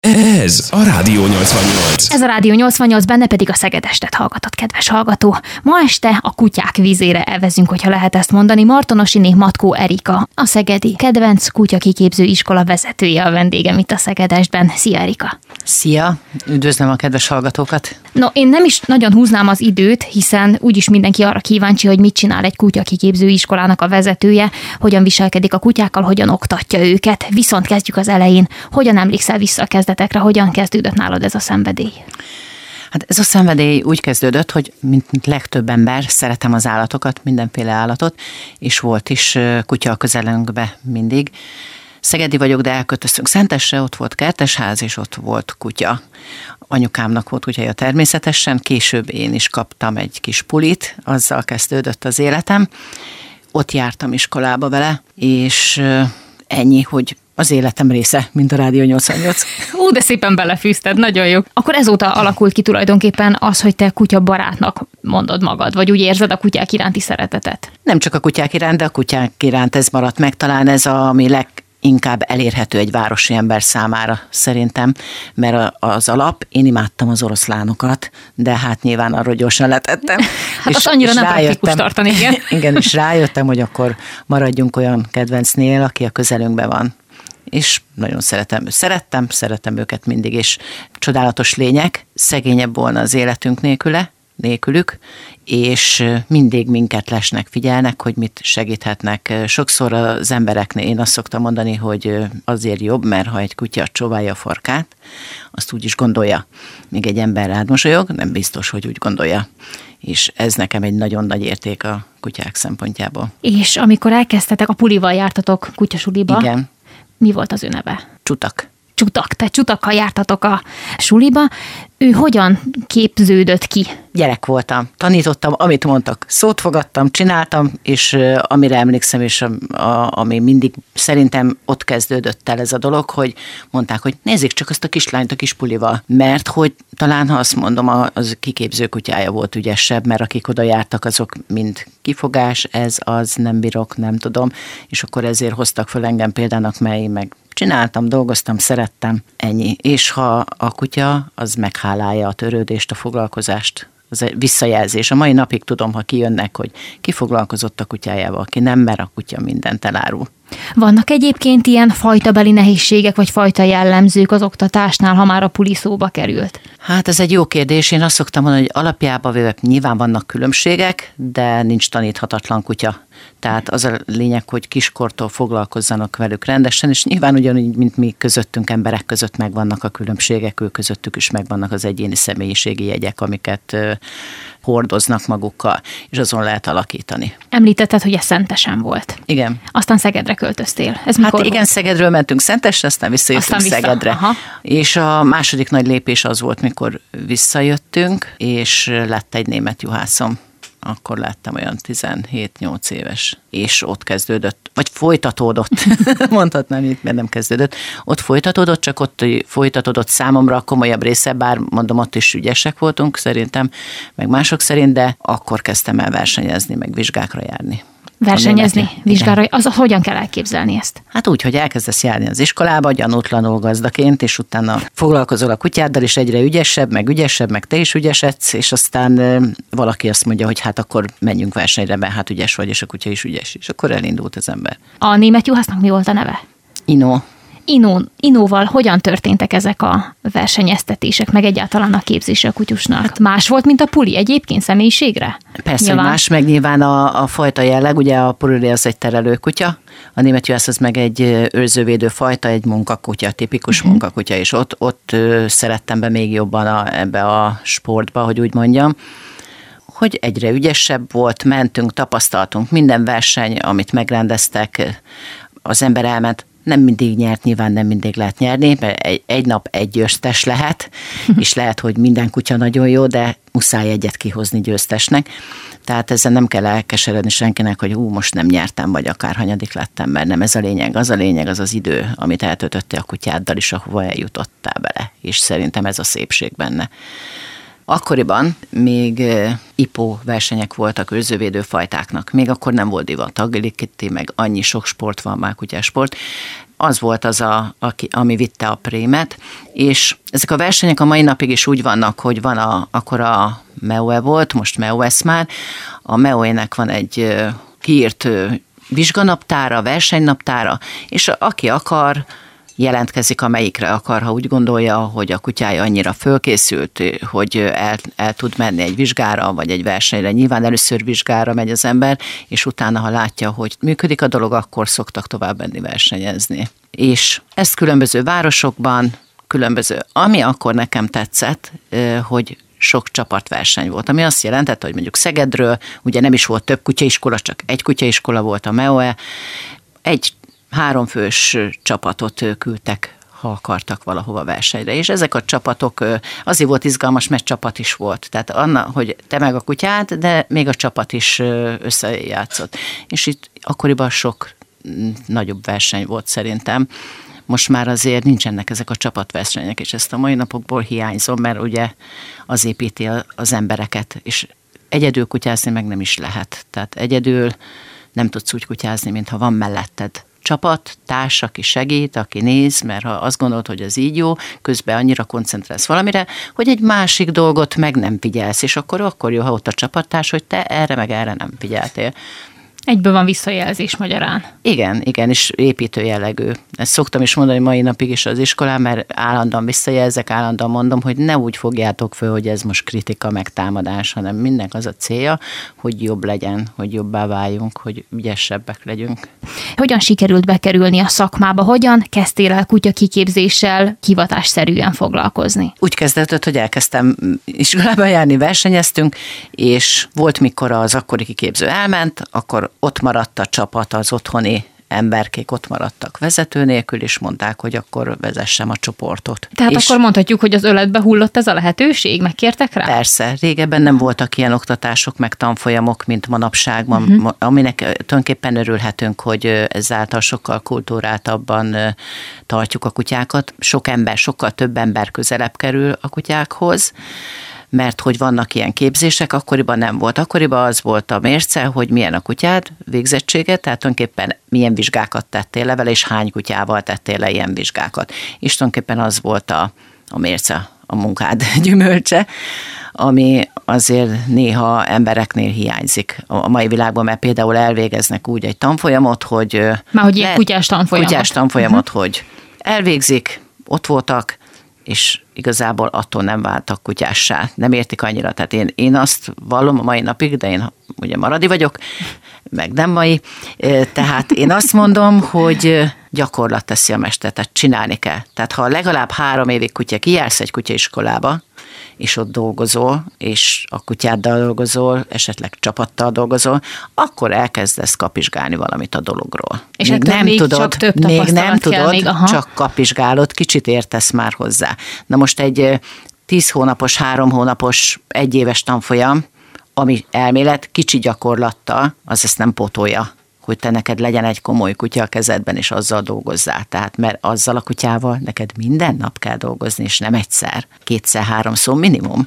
Ez a Rádió 88. Ez a Rádió 88, benne pedig a Szegedestet hallgatott, kedves hallgató. Ma este a kutyák vízére elvezünk, hogyha lehet ezt mondani. Martonosiné Matkó Erika, a szegedi kedvenc kutyakiképző iskola vezetője a vendégem itt a Szegedestben. Szia, Erika! Szia! Üdvözlöm a kedves hallgatókat! No, én nem is nagyon húznám az időt, hiszen úgyis mindenki arra kíváncsi, hogy mit csinál egy kutyakiképző iskolának a vezetője, hogyan viselkedik a kutyákkal, hogyan oktatja őket. Viszont kezdjük az elején. Hogyan emlékszel vissza a kezdetekre, hogyan kezdődött nálad ez a szenvedély? Hát ez a szenvedély úgy kezdődött, hogy mint legtöbb ember, szeretem az állatokat, mindenféle állatot, és volt is kutya a közelünkben mindig. Szegedi vagyok, de elköltöztünk Szentesre, ott volt kertesház, és ott volt kutya. Anyukámnak volt kutyaja természetesen, később én is kaptam egy kis pulit, azzal kezdődött az életem. Ott jártam iskolába vele, és ennyi, hogy az életem része, mint a Rádió 88. De szépen belefűzted, nagyon jó. Akkor ezóta alakult ki tulajdonképpen az, hogy te kutyabarátnak mondod magad, vagy úgy érzed a kutyák iránti szeretetet? Nem csak a kutyák iránt, de a kutyák iránt ez maradt meg. Talán ez ami leginkább elérhető egy városi ember számára szerintem, mert az alap, én imádtam az oroszlánokat, de hát nyilván arról gyorsan letettem. Hát azt annyira nem praktikus tartani, igen. Igen, és rájöttem, hogy akkor maradjunk olyan kedvencnél, aki a közelünkben van. És nagyon szerettem őket mindig, és csodálatos lények, szegényebb volna az életünk nélkülük, és mindig minket lesnek, figyelnek, hogy mit segíthetnek. Sokszor az embereknél én azt szoktam mondani, hogy azért jobb, mert ha egy kutya csóválja a farkát, azt úgy is gondolja. Míg egy ember rád mosolyog, nem biztos, hogy úgy gondolja. És ez nekem egy nagyon nagy érték a kutyák szempontjából. És amikor elkezdtetek, a pulival jártatok kutyasuliba? Igen. Mi volt az ő neve? Csutak. Te csutakkal jártatok a suliba. Ő hogyan képződött ki? Gyerek voltam, tanítottam, amit mondtak, szót fogadtam, csináltam, és amire emlékszem, és ami mindig szerintem ott kezdődött el ez a dolog, hogy mondták, hogy nézzék csak azt a kislányt a kis pulival, mert hogy talán, ha azt mondom, az kiképző kutyája volt ügyesebb, mert akik oda jártak, azok mind kifogás, ez az, nem bírok, nem tudom, és akkor ezért hoztak föl engem példának, mely meg csináltam, dolgoztam, szerettem, ennyi. És ha a kutya, az meghálálja a törődést, a foglalkozást, az egy visszajelzés. A mai napig tudom, ha kijönnek, hogy ki foglalkozott a kutyájával, ki nem, mert a kutya mindent elárul. Vannak egyébként ilyen fajtabeli nehézségek, vagy fajta jellemzők az oktatásnál, ha már a puli szóba került? Hát ez egy jó kérdés. Én azt szoktam mondani, hogy alapjában véve nyilván vannak különbségek, de nincs taníthatatlan kutya. Tehát az a lényeg, hogy kiskortól foglalkozzanak velük rendesen, és nyilván ugyanúgy, mint mi közöttünk, emberek között megvannak a különbségek, ők közöttük is megvannak az egyéni személyiségi jegyek, amiket hordoznak magukkal, és azon lehet alakítani. Említetted, hogy ez Szentesen volt. Igen. Aztán Szegedre költöztél. Ez mikor igen, volt? Szegedről mentünk Szentesre, aztán visszajöttünk Szegedre. Aha. És a második nagy lépés az volt, mikor visszajöttünk, és lett egy német juhászom. Akkor láttam olyan 17-8 éves, és ott kezdődött, vagy folytatódott, mondhatnám itt, mert nem kezdődött, ott folytatódott, csak ott folytatódott számomra a komolyabb része, bár mondom, ott is ügyesek voltunk szerintem, meg mások szerint, de akkor kezdtem el versenyezni, meg vizsgákra járni. Versenyezni, vizsgára, az hogyan kell elképzelni ezt? Hát úgy, hogy elkezdesz járni az iskolába, gyanútlanul gazdaként, és utána foglalkozol a kutyáddal, és egyre ügyesebb, meg te is ügyesedsz, és aztán valaki azt mondja, hogy hát akkor menjünk versenyre, mert hát ügyes vagy, és a kutya is ügyes, és akkor elindult az ember. A német juhásznak mi volt a neve? Inóval hogyan történtek ezek a versenyeztetések, meg egyáltalán a képzése a kutyusnak? Hát más volt, mint a puli egyébként személyiségre? Persze, nyilván. Más, meg nyilván a fajta jelleg, ugye a puli az egy terelő kutya, a német juhász az meg egy őrzővédő fajta, egy munkakutya, tipikus munkakutya, és ott szerettem be még jobban ebbe a sportba, hogy úgy mondjam, hogy egyre ügyesebb volt, mentünk, tapasztaltunk, minden verseny, amit megrendeztek, az ember elment, nem mindig nyert, nyilván nem mindig lehet nyerni, mert egy nap egy győztes lehet, és lehet, hogy minden kutya nagyon jó, de muszáj egyet kihozni győztesnek. Tehát ezzel nem kell elkeseredni senkinek, hogy most nem nyertem, vagy akár hanyadik lettem, mert nem ez a lényeg. Az a lényeg, az az idő, amit eltöltöttél a kutyáddal is, ahova eljutottál bele, és szerintem ez a szépség benne. Akkoriban még IPO versenyek voltak őrzővédő fajtáknak. Még akkor nem volt divat, agility, meg annyi sok sport van már, kutyásport. az volt az, ami vitte a prémet, és ezek a versenyek a mai napig is úgy vannak, hogy van akkor a MEOE volt, most MEOESZ már, a MEOE-nek van egy kiírt vizsganaptára, versenynaptára, és aki akar, jelentkezik, amelyikre akar, ha úgy gondolja, hogy a kutyája annyira fölkészült, hogy el tud menni egy vizsgára, vagy egy versenyre. Nyilván először vizsgára megy az ember, és utána, ha látja, hogy működik a dolog, akkor szoktak tovább menni versenyezni. És ezt különböző városokban, ami akkor nekem tetszett, hogy sok csapatverseny volt, ami azt jelentette, hogy mondjuk Szegedről, ugye nem is volt több kutyaiskola, csak egy kutyaiskola volt a MEOE, egy 3 fős csapatot küldtek, ha akartak valahova versenyre. És ezek a csapatok azért volt izgalmas, mert csapat is volt. Tehát hogy te meg a kutyád, de még a csapat is összejátszott. És itt akkoriban sok nagyobb verseny volt szerintem. Most már azért nincsenek ezek a csapatversenyek, és ezt a mai napokból hiányzom, mert ugye az építi az embereket, és egyedül kutyázni meg nem is lehet. Tehát egyedül nem tudsz úgy kutyázni, mintha van melletted csapat, társ, aki segít, aki néz, mert ha azt gondolod, hogy ez így jó, közben annyira koncentrálsz valamire, hogy egy másik dolgot meg nem figyelsz, és akkor jó, ha ott a csapattárs, hogy te erre meg erre nem figyeltél. Egyből van visszajelzés magyarán. Igen, és építő jellegű. Ezt szoktam is mondani mai napig is az iskolán, mert állandóan visszajelzek, állandóan mondom, hogy ne úgy fogjátok föl, hogy ez most kritika, meg támadás, hanem mindenek az a célja, hogy jobb legyen, hogy jobbá váljunk, hogy ügyesebbek legyünk. Hogyan sikerült bekerülni a szakmába? Hogyan kezdtél el kutyakiképzéssel hivatásszerűen foglalkozni? Úgy kezdődött, hogy elkezdtem iskolába járni, versenyeztünk, és volt, mikor az akkori kiképző elment, akkor ott maradt a csapat, az otthoni emberkék ott maradtak vezető nélkül, és mondták, hogy akkor vezessem a csoportot. Tehát és akkor mondhatjuk, hogy az öletbe hullott ez a lehetőség? Megkértek rá? Persze. Régebben nem voltak ilyen oktatások, meg tanfolyamok, mint manapság, aminek tulajdonképpen örülhetünk, hogy ezáltal sokkal kultúráltabban tartjuk a kutyákat. Sokkal több ember közelebb kerül a kutyákhoz, mert hogy vannak ilyen képzések, akkoriban nem volt. Akkoriban az volt a mérce, hogy milyen a kutyád, végzettsége, tehát tulajdonképpen milyen vizsgákat tettél le vele, és hány kutyával tettél le ilyen vizsgákat. És tulajdonképpen az volt a mérce, a munkád gyümölcse, ami azért néha embereknél hiányzik a mai világban, mert például elvégeznek úgy egy tanfolyamot, hogy... Már hogy ilyen kutyás tanfolyamot. Hogy elvégzik, ott voltak, és igazából attól nem váltak kutyássá. Nem értik annyira. Tehát én azt vallom a mai napig, de én ugye maradi vagyok, meg nem mai. Tehát én azt mondom, hogy gyakorlat teszi a mester, tehát csinálni kell. Tehát ha legalább 3 évig kijársz egy kutyaiskolába, és ott dolgozol, és a kutyáddal dolgozol, esetleg csapattal dolgozol, akkor elkezdesz kapizsgálni valamit a dologról. És még nem tudod, csak több tapasztalat kell, csak kapizsgálod, kicsit értesz már hozzá. Na most egy 10 hónapos, 3 hónapos, 1 éves tanfolyam, ami elmélet, kicsi gyakorlattal, az ezt nem pótolja, hogy te neked legyen egy komoly kutya a kezedben, és azzal dolgozzál. Tehát, mert azzal a kutyával neked minden nap kell dolgozni, és nem egyszer, 2-3 minimum.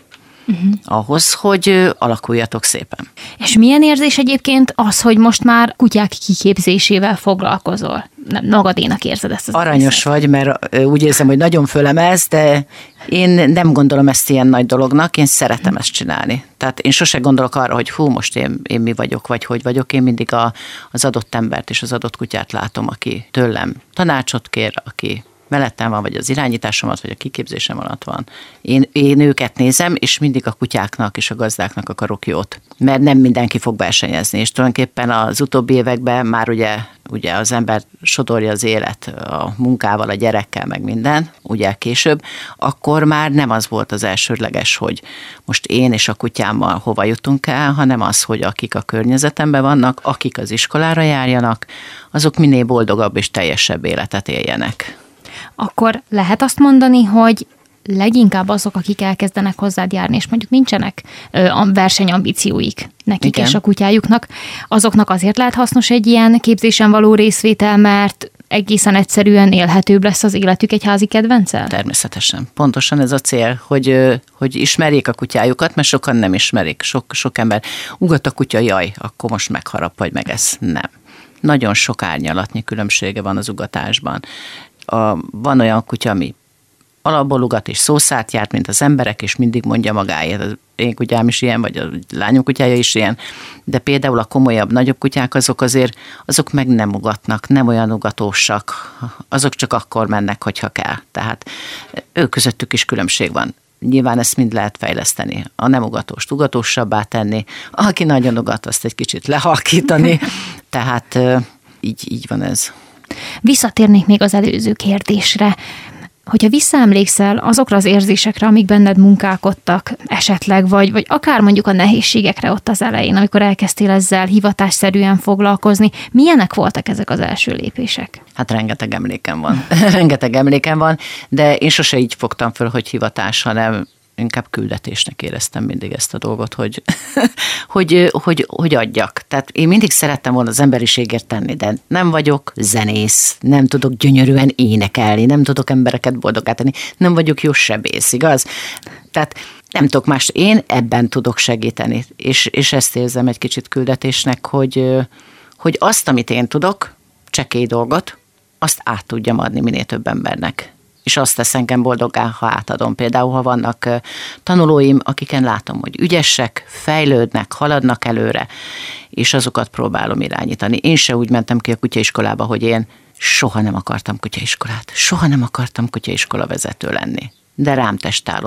Ahhoz, hogy alakuljatok szépen. És milyen érzés egyébként az, hogy most már kutyák kiképzésével foglalkozol? Nem, magadénak érzed ezt az aranyos egészet. Vagy, mert úgy érzem, hogy nagyon fölemelsz, de én nem gondolom ezt ilyen nagy dolognak, én szeretem ezt csinálni. Tehát én sose gondolok arra, hogy most én mi vagyok, vagy hogy vagyok, én mindig az adott embert és az adott kutyát látom, aki tőlem tanácsot kér, aki mellettem van, vagy az irányításomat, vagy a kiképzésem alatt van. Én őket nézem, és mindig a kutyáknak és a gazdáknak akarok jót. Mert nem mindenki fog versenyezni, és tulajdonképpen az utóbbi években már ugye az ember sodorja az élet a munkával, a gyerekkel, meg minden, ugye később, akkor már nem az volt az elsődleges, hogy most én és a kutyámmal hova jutunk el, hanem az, hogy akik a környezetemben vannak, akik az iskolára járjanak, azok minél boldogabb és teljesebb életet éljenek. Akkor lehet azt mondani, hogy leginkább azok, akik elkezdenek hozzád járni, és mondjuk nincsenek versenyambícióik nekik és a kutyájuknak, azoknak azért lehet hasznos egy ilyen képzésen való részvétel, mert egészen egyszerűen élhetőbb lesz az életük egy házi kedvenccel? Természetesen. Pontosan ez a cél, hogy ismerjék a kutyájukat, mert sokan nem ismerik. Sok ember ugat a kutya, jaj, akkor most megharap, vagy megesz. Nem. nagyon sok árnyalatnyi különbsége van az ugatásban. Van olyan kutya, ami alapból ugat és szószát járt, mint az emberek, és mindig mondja magáért. Az én kutyám is ilyen, vagy a lányom kutyája is ilyen, de például a komolyabb, nagyobb kutyák azok meg nem ugatnak, nem olyan ugatósak, azok csak akkor mennek, hogyha kell. Tehát ők közöttük is különbség van. Nyilván ezt mind lehet fejleszteni. A nem ugatóst ugatósabbá tenni, aki nagyon ugat, azt egy kicsit lehalkítani, tehát így van ez. Visszatérnék még az előző kérdésre. Hogyha visszaemlékszel azokra az érzésekre, amik benned munkálkodtak esetleg, vagy akár mondjuk a nehézségekre ott az elején, amikor elkezdtél ezzel hivatásszerűen foglalkozni, milyenek voltak ezek az első lépések? Hát rengeteg emlékem van. Rengeteg emlékem van, de én sose így fogtam föl, hogy hivatás, hanem inkább küldetésnek éreztem mindig ezt a dolgot, hogy adjak. Tehát én mindig szerettem volna az emberiségért tenni, de nem vagyok zenész, nem tudok gyönyörűen énekelni, nem tudok embereket boldoggá tenni, nem vagyok jó sebész, igaz? Tehát nem tudok más, én ebben tudok segíteni, és ezt érzem egy kicsit küldetésnek, hogy azt, amit én tudok, csekély dolgot, azt át tudjam adni minél több embernek. És azt tesz engem boldoggá, ha átadom. Például, ha vannak tanulóim, akiken látom, hogy ügyesek, fejlődnek, haladnak előre, és azokat próbálom irányítani. Én se úgy mentem ki a kutyaiskolába, hogy én soha nem akartam kutyaiskolát, soha nem akartam kutyaiskola vezető lenni. De rám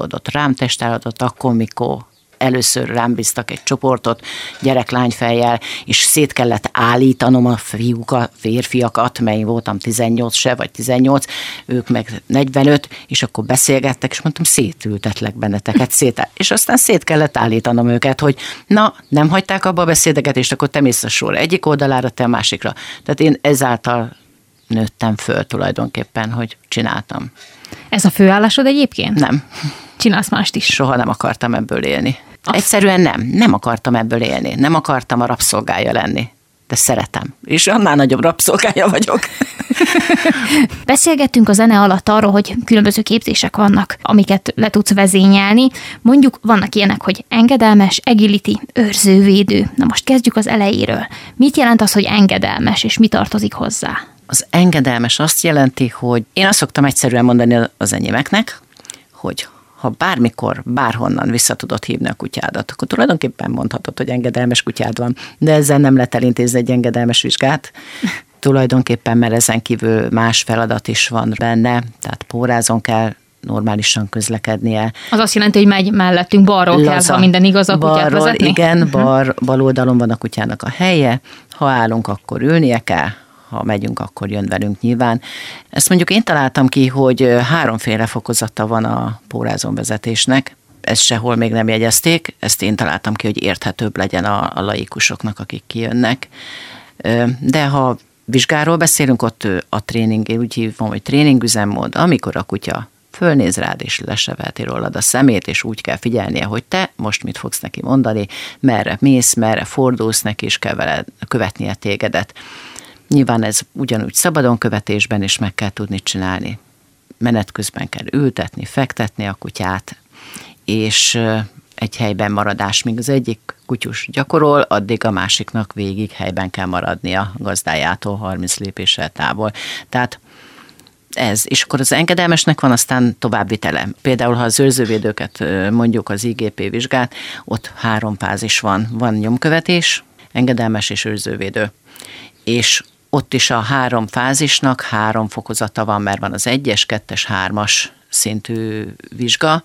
testálódott akkor, mikor először rám bíztak egy csoportot gyerek-lányfejjel, és szét kellett állítanom a férfiakat, mert én voltam 18 se, vagy 18, ők meg 45, és akkor beszélgettek, és mondtam, szétültetlek benneteket, és aztán szét kellett állítanom őket, hogy na, nem hagyták abba a beszédeket, és akkor te mész a sor egyik oldalára, te a másikra. Tehát én ezáltal nőttem föl tulajdonképpen, hogy csináltam. Ez a főállásod egyébként? Nem. Csinálsz mást is? Soha nem akartam ebből élni. Egyszerűen nem akartam ebből élni. Nem akartam a rabszolgája lenni. De szeretem. És annál nagyobb rabszolgája vagyok. Beszélgettünk a zene alatt arról, hogy különböző képzések vannak, amiket le tudsz vezényelni. Mondjuk vannak ilyenek, hogy engedelmes, agility, őrzővédő. Na most kezdjük az elejéről. Mit jelent az, hogy engedelmes, és mi tartozik hozzá? Az engedelmes azt jelenti, hogy én azt szoktam egyszerűen mondani az enyémeknek, hogy ha bármikor, bárhonnan vissza tudod hívni a kutyádat, akkor tulajdonképpen mondhatod, hogy engedelmes kutyád van, de ezzel nem lehet elintézni egy engedelmes vizsgát. Tulajdonképpen, mert ezen kívül más feladat is van benne, tehát pórázon kell normálisan közlekednie. Az azt jelenti, hogy megy mellettünk, balról kell, ha minden igaz, a kutyát vezetni? Igen, bal oldalon van a kutyának a helye, ha állunk, akkor ülnie kell, ha megyünk, akkor jön velünk nyilván. Ezt mondjuk én találtam ki, hogy 3 fokozata van a pórázon vezetésnek, ezt sehol még nem jegyezték, ezt én találtam ki, hogy érthetőbb legyen a laikusoknak, akik kijönnek. De ha vizsgáról beszélünk, ott a tréning, én úgy hívom, hogy tréningüzemmód, amikor a kutya fölnéz rád, és leseveti rólad a szemét, és úgy kell figyelnie, hogy te most mit fogsz neki mondani, merre mész, merre fordulsz, neki is kell veled követnie tégedet. Nyilván ez ugyanúgy szabadon követésben is meg kell tudni csinálni. Menet közben kell ültetni, fektetni a kutyát, és egy helyben maradás, míg az egyik kutyus gyakorol, addig a másiknak végig helyben kell maradnia gazdájától 30 lépéssel távol. Tehát ez, és akkor az engedelmesnek van aztán továbbvitele. Például, ha az őrzővédőket mondjuk az IGP vizsgát, ott 3 fázis van. Van nyomkövetés, engedelmes és őrzővédő. És ott is a 3 fázisnak 3 fokozata van, mert van az 1-es, 2-es, 3-as szintű vizsga,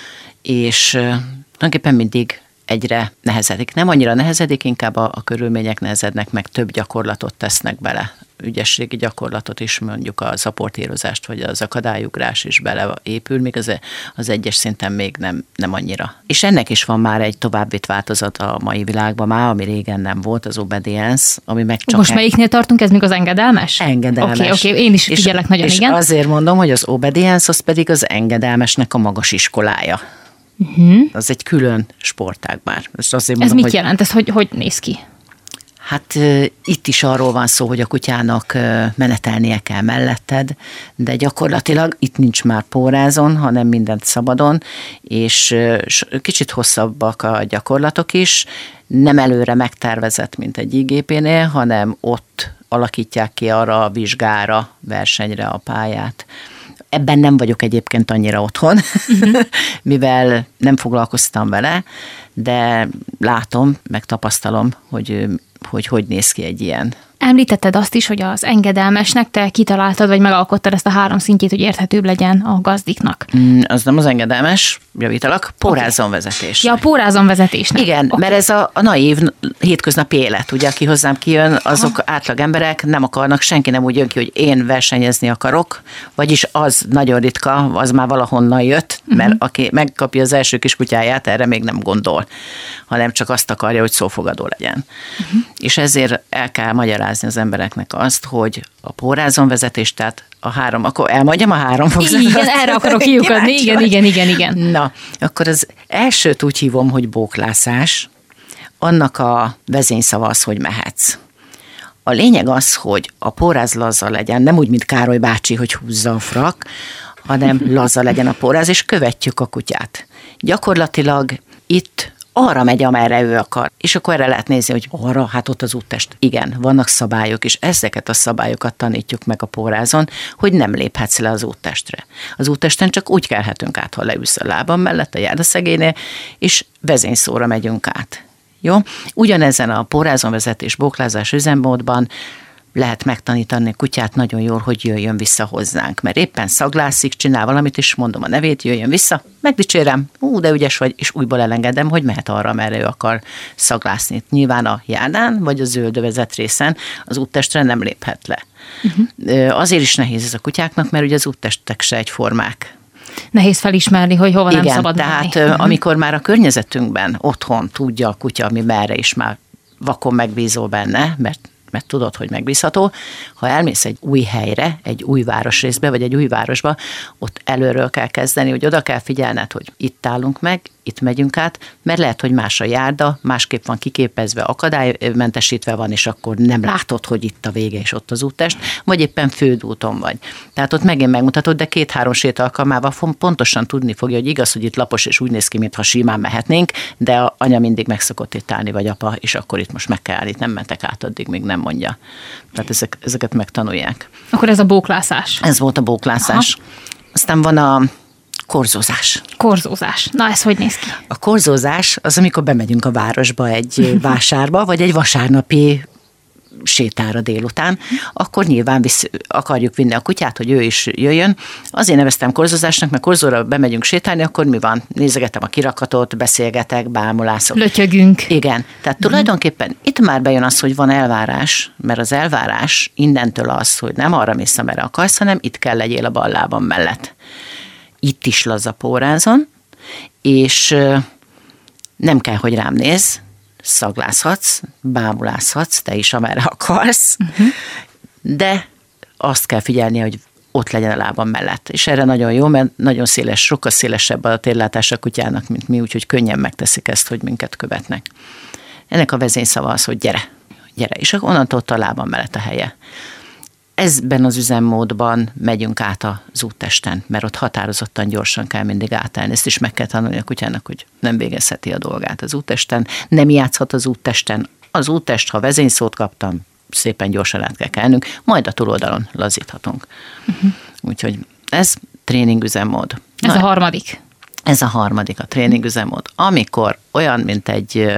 és tulajdonképpen mindig egyre nehezedik. Nem annyira nehezedik, inkább a körülmények nehezednek, meg több gyakorlatot tesznek bele. Ügyességi gyakorlatot is, mondjuk a szaportírozást, vagy az akadályugrás is beleépül, míg az 1-es szinten még nem annyira. És ennek is van már egy továbbvitt változat a mai világban már, ami régen nem volt, az obedience, ami meg csak... Most melyiknél tartunk, ez még az engedelmes? Engedelmes. Oké, én is figyelek nagyon, és igen. És azért mondom, hogy az obedience, az pedig az engedelmesnek a magas iskolája. Az egy külön sportág már. Ez mit jelent? Ez hogy néz ki? Hát itt is arról van szó, hogy a kutyának menetelnie kell melletted, de gyakorlatilag itt nincs már pórázon, hanem mindent szabadon, és kicsit hosszabbak a gyakorlatok is, nem előre megtervezett, mint egy IGP-nél, hanem ott alakítják ki arra a vizsgára, versenyre a pályát. Ebben nem vagyok egyébként annyira otthon, mivel nem foglalkoztam vele, de látom, meg tapasztalom, hogy néz ki egy ilyen. Említetted azt is, hogy az engedelmesnek te kitaláltad, vagy megalkottad ezt a 3 szintjét, hogy érthetőbb legyen a gazdiknak. Az nem az engedelmes, javítalak, pórázonvezetés. Ja, a pórázonvezetésnek. Igen, mert ez a naív hétköznapi élet, ugye, aki hozzám kijön, azok átlag emberek nem akarnak, senki nem úgy jön ki, hogy én versenyezni akarok, vagyis az nagyon ritka, az már valahonnan jött, mert aki megkapja az első kiskutyáját, erre még nem gondol, hanem csak azt akarja, hogy szófogadó legyen. És ezért el kell magyarázni az embereknek azt, hogy a pórázonvezetés, tehát a 3, akkor elmondjam a 3 fogzatot? Igen, erre akarok kiukadni, igen. Na, akkor az elsőt úgy hívom, hogy bóklászás, annak a vezényszava az, hogy mehetsz. A lényeg az, hogy a póráz laza legyen, nem úgy, mint Károly bácsi, hogy húzza a frak, hanem laza legyen a póráz, és követjük a kutyát. Gyakorlatilag itt arra megy, amerre ő akar. És akkor erre lehet nézni, hogy arra, hát ott az úttest. Igen, vannak szabályok, és ezeket a szabályokat tanítjuk meg a pórázon, hogy nem léphetsz le az úttestre. Az úttesten csak úgy kelhetünk át, ha leülsz a lábam mellett a járdaszegélynél, és vezényszóra megyünk át. Jó? Ugyanezen a pórázonvezetés, bóklázás üzemmódban lehet megtanítani a kutyát nagyon jól, hogy jöjjön vissza hozzánk, mert éppen szaglászik, csinál valamit, és mondom a nevét, jöjjön vissza, megdicsérem, de ügyes vagy, és újból elengedem, hogy mehet arra, merre ő akar szaglászni. Nyilván a járdán, vagy a zöldövezet részen az úttestre nem léphet le. Azért is nehéz ez a kutyáknak, mert ugye az úttestek se egyformák. Nehéz felismerni, hogy hova nem szabad menni. Tehát amikor már a környezetünkben otthon tudja a kutya, ami merre is már vakon megbízol benne, mert tudod, hogy megbízható. Ha elmész egy új helyre, egy új városrészbe, vagy egy új városba, ott előről kell kezdeni, hogy oda kell figyelned, hogy itt állunk meg, itt megyünk át, mert lehet, hogy más a járda, másképp van kiképezve, akadálymentesítve van, és akkor nem látod, hogy itt a vége és ott az úttest, vagy éppen fődúton vagy. Tehát ott megint megmutatod, de 2-3 sét alkalmával pontosan tudni fogja, hogy igaz, hogy itt lapos, és úgy néz ki, mintha simán mehetnénk, de a anya mindig meg szokott itt állni, vagy apa, és akkor itt most meg kell állni, nem mentek át, addig még nem mondja. Tehát ezeket megtanulják. Akkor ez a bóklászás. Ez volt a bóklászás. Aha. Aztán van a korzózás. Korzózás. Na, ez hogy néz ki? A korzózás az, amikor bemegyünk a városba egy vásárba, vagy egy vasárnapi sétára délután, akkor nyilván akarjuk vinni a kutyát, hogy ő is jöjjön. Azért neveztem korzózásnak, mert korzóra bemegyünk sétálni, akkor mi van? Nézegetem a kirakatot, beszélgetek, bámulászok. Lötyögünk. Igen. Tehát tulajdonképpen itt már bejön az, hogy van elvárás, mert az elvárás innentől az, hogy nem arra mész, amerre akarsz, hanem itt kell legyél a bal lábam mellett. Itt is laza pórázon, és nem kell, hogy rám nézz, szaglázhatsz, bámulázhatsz, te is amerre akarsz, de azt kell figyelni, hogy ott legyen a lábam mellett. És erre nagyon jó, mert nagyon széles, sokkal szélesebb a térlátás a kutyának, mint mi, úgyhogy könnyen megteszik ezt, hogy minket követnek. Ennek a vezényszava az, hogy gyere, és onnantól ott a lábam mellett a helye. Ezben az üzemmódban megyünk át az úttesten, mert ott határozottan gyorsan kell mindig átállni. Ezt is meg kell tanulni a kutyának, hogy nem végezheti a dolgát az úttesten, nem játszhat az úttesten. Az úttest, ha vezényszót kaptam, szépen gyorsan át kell kelnünk, majd a túloldalon lazíthatunk. Úgyhogy ez tréning üzemmód. Ez a harmadik. Ez a harmadik, a tréning üzemmód. Amikor olyan, mint egy,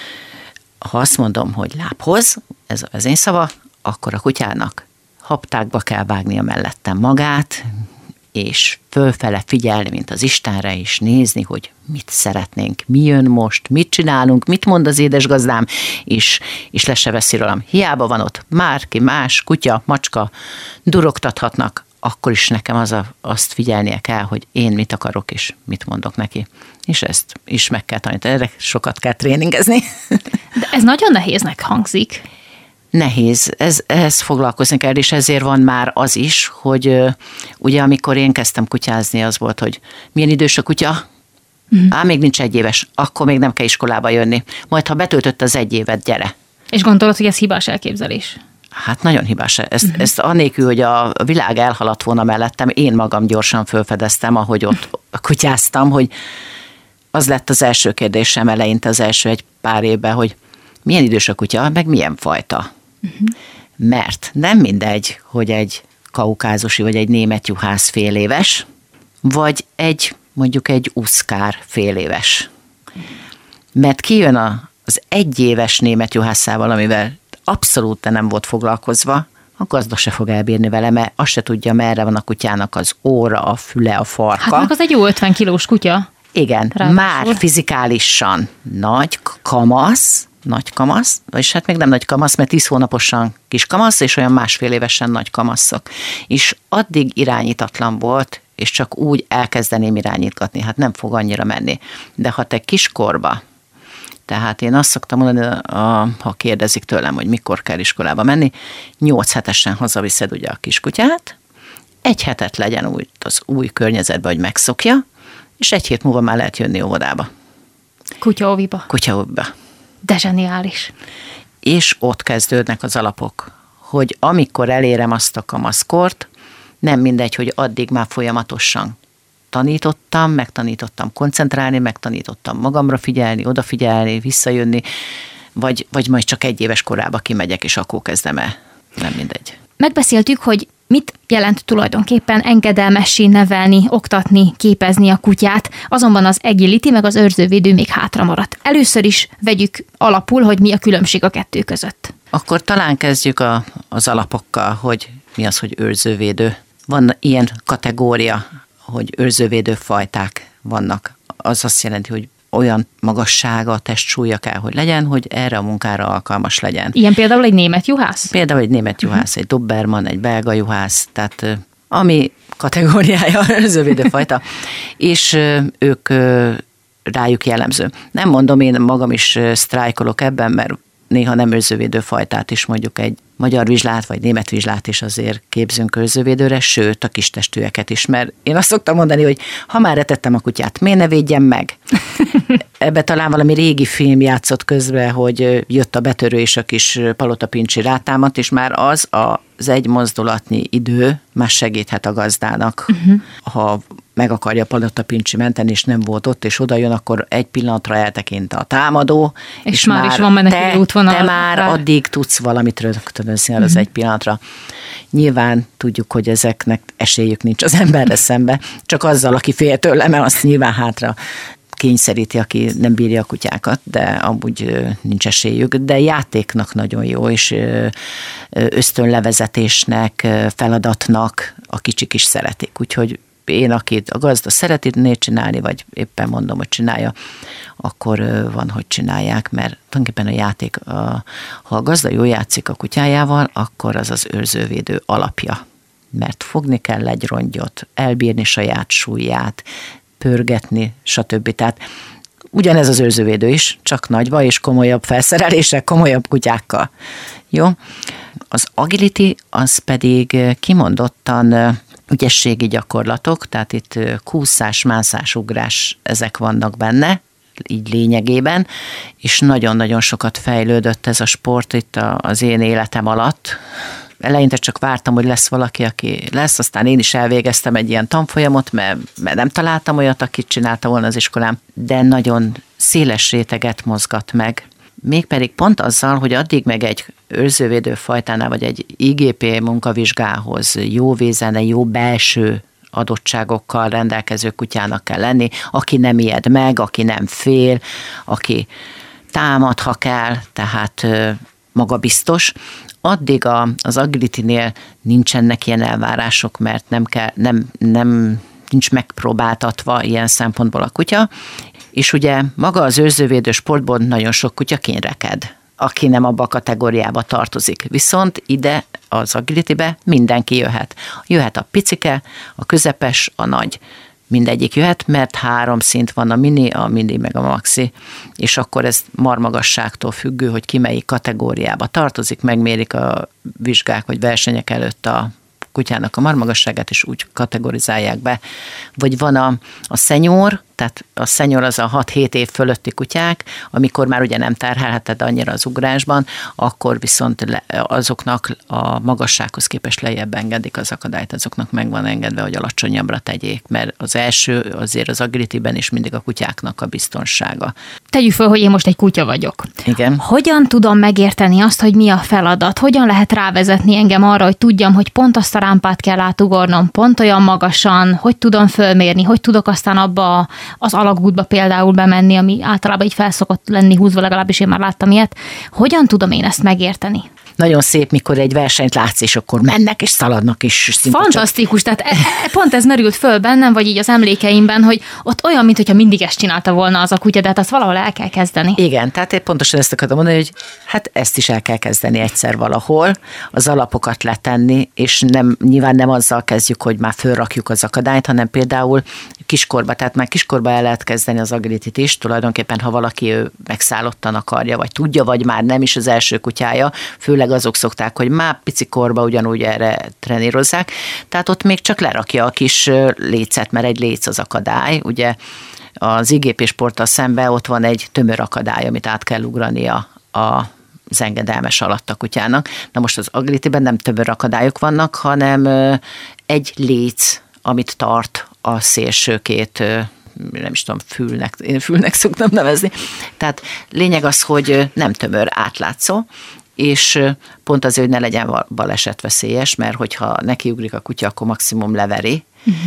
ha azt mondom, hogy lábhoz, ez a vezényszava, akkor a kutyának haptákba kell vágnia mellettem magát, és fölfele figyelni, mint az Istenre, és nézni, hogy mit szeretnénk, mi jön most, mit csinálunk, mit mond az édesgazdám, és le se veszi rólam. Hiába van ott márki, más, kutya, macska, durogtathatnak, akkor is nekem azt figyelnie kell, hogy én mit akarok, és mit mondok neki. És ezt is meg kell tanítani. Erre sokat kell tréningezni. De ez nagyon nehéznek hangzik. Nehéz, ehhez foglalkozni kell, és ezért van már az is, hogy ugye amikor én kezdtem kutyázni, az volt, hogy milyen idős a kutya? Még nincs 1 éves, akkor még nem kell iskolába jönni. Majd ha betöltött az 1 évet, gyere. És gondolod, hogy ez hibás elképzelés? Hát nagyon hibás. Ezt anélkül, hogy a világ elhaladt volna mellettem, én magam gyorsan felfedeztem, ahogy ott kutyáztam, hogy az lett az első kérdésem eleinte, az első egy pár évben, hogy milyen idős a kutya, meg milyen fajta. Mert nem mindegy, hogy egy kaukázusi vagy egy német juhász féléves, vagy mondjuk egy uszkár féléves. Mert kijön az egyéves német juhászával, amivel abszolút nem volt foglalkozva, a gazda se fog elbírni vele, mert azt se tudja, merre van a kutyának az óra, a füle, a farka. Hát meg az egy jó 50 kilós kutya. Igen, már fizikálisan nagy kamasz, és hát még nem nagy kamasz, mert 10 hónaposan kis kamasz, és olyan másfél évesen nagy kamaszok. És addig irányítatlan volt, és csak úgy elkezdeném irányítgatni, hát nem fog annyira menni. De ha te kiskorba, tehát én azt szoktam mondani, ha kérdezik tőlem, hogy mikor kell iskolába menni, 8 hetesen hazaviszed ugye a kiskutyát, 1 hetet legyen úgy az új környezetben, hogy megszokja, és 1 hét múlva már lehet jönni óvodába. Kutyaóviba. De zseniális. És ott kezdődnek az alapok, hogy amikor elérem azt a kamaszkort, nem mindegy, hogy addig már folyamatosan megtanítottam koncentrálni, megtanítottam magamra figyelni, odafigyelni, visszajönni, vagy majd csak 1 éves korába kimegyek, és akkor kezdem el. Nem mindegy. Megbeszéltük, hogy mit jelent tulajdonképpen engedelmessé nevelni, oktatni, képezni a kutyát, azonban az agility meg az őrzővédő még hátra maradt. Először is vegyük alapul, hogy mi a különbség a kettő között. Akkor talán kezdjük az alapokkal, hogy mi az, hogy őrzővédő. Van ilyen kategória, hogy őrzővédő fajták vannak. Az azt jelenti, hogy olyan magassága, a testsúlya kell, hogy legyen, hogy erre a munkára alkalmas legyen. Ilyen például egy német juhász? Például egy német juhász, egy doberman, egy belga juhász, tehát ami kategóriája őrzővédő fajta, és ők rájuk jellemző. Nem mondom, én magam is sztrájkolok ebben, mert néha nem őrzővédő fajtát is, mondjuk egy magyar vizslát, vagy német vizslát is azért képzünk őrzővédőre, sőt a kistestűeket is, mert én azt szoktam mondani, hogy ha már etettem a kutyát, miért ne védjem meg? Ebbe talán valami régi film játszott közben, hogy jött a betörő és a kis palotapincsi rátámadt, és már az egy mozdulatnyi idő már segíthet a gazdának. Ha meg akarja palotapincsi menteni, és nem volt ott, és oda jön, akkor egy pillanatra eltekint a támadó, és már is van menekülő útvonal. Te már addig tudsz valamit rögtönözni az egy pillanatra. Nyilván tudjuk, hogy ezeknek esélyük nincs az emberre szembe, csak azzal, aki fél tőle, mert azt nyilván hátra kényszeríti, aki nem bírja a kutyákat, de amúgy nincs esélyük, de játéknak nagyon jó, és ösztönlevezetésnek, feladatnak a kicsik is szeretik, úgyhogy én, akit a gazda szeretné csinálni, vagy éppen mondom, hogy csinálja, akkor van, hogy csinálják, mert tulajdonképpen a játék, ha a gazda jól játszik a kutyájával, akkor az az őrzővédő alapja, mert fogni kell egy rongyot, elbírni saját súlyát, pörgetni, stb. Tehát ugyanez az őrzővédő is, csak nagyba és komolyabb felszereléssel, komolyabb kutyákkal. Jó? Az agility, az pedig kimondottan ügyességi gyakorlatok, tehát itt kúszás, mászás, ugrás, ezek vannak benne, így lényegében, és nagyon-nagyon sokat fejlődött ez a sport itt az én életem alatt. Eleinte csak vártam, hogy lesz valaki, aki lesz, aztán én is elvégeztem egy ilyen tanfolyamot, mert nem találtam olyat, akit csinálta volna az iskolám, de nagyon széles réteget mozgat meg. Mégpedig pont azzal, hogy addig meg egy őrzővédő fajtánál, vagy egy IGP munkavizsgához jó vézene, jó belső adottságokkal rendelkező kutyának kell lenni, aki nem ijed meg, aki nem fél, aki támad, ha kell, tehát magabiztos. Addig az agility-nél nincsenek ilyen elvárások, mert nincs megpróbáltatva ilyen szempontból a kutya, és ugye maga az őrzővédő sportból nagyon sok kutya kényreked, aki nem abba a kategóriába tartozik. Viszont ide az agilitybe mindenki jöhet. Jöhet a picike, a közepes, a nagy. Mindegyik jöhet, mert 3 szint van, a mini meg a maxi, és akkor ez marmagasságtól függő, hogy ki melyik kategóriába tartozik, megmérik a vizsgák vagy versenyek előtt a kutyának a marmagasságát, és úgy kategorizálják be. Vagy van a senior tehát a senior az a 6-7 év fölötti kutyák, amikor már ugye nem terhelheted annyira az ugrásban, akkor viszont azoknak a magassághoz képest lejjebb engedik az akadályt, azoknak meg van engedve, hogy alacsonyabbra tegyék, mert az első azért az agilityben is mindig a kutyáknak a biztonsága. Tegyük föl, hogy én most egy kutya vagyok. Igen. Hogyan tudom megérteni azt, hogy mi a feladat? Hogyan lehet rávezetni engem arra, hogy tudjam, hogy pont azt a rámpát kell átugornom, pont olyan magasan, hogy tudom fölmérni, hogy tudok aztán abba az alagútba például bemenni, ami általában így felszokott lenni húzva, legalábbis én már láttam ilyet. Hogyan tudom én ezt megérteni? Nagyon szép, mikor egy versenyt látsz, és akkor mennek és szaladnak is. Fantasztikus, tehát pont ez merült föl bennem, vagy így az emlékeimben, hogy ott olyan, mintha mindig ezt csinálta volna az a kutya, de hát azt valahol el kell kezdeni. Igen, tehát én pontosan ezt akartam mondani, hogy hát ezt is el kell kezdeni egyszer valahol, az alapokat letenni, és nyilván nem azzal kezdjük, hogy már fölrakjuk az akadályt, hanem például kiskorba, tehát már kiskorba el lehet kezdeni az agilityt is, tulajdonképpen ha valaki megszállottan akarja, vagy tudja, vagy már nem is az első kutyája, főleg azok szokták, hogy már pici korba ugyanúgy erre trenírozzák, tehát ott még csak lerakja a kis lécet, mert egy léc az akadály, ugye az IGP sporttal szemben ott van egy tömör akadály, amit át kell ugrania az engedelmes alatt a kutyának. Na most az agilityben nem tömör akadályok vannak, hanem egy léc, amit tart a szélső két, nem is tudom, fülnek szoktam nevezni. Tehát lényeg az, hogy nem tömör, átlátszó, és pont azért, hogy ne legyen balesetveszélyes, mert hogyha nekiugrik a kutya, akkor maximum leveri,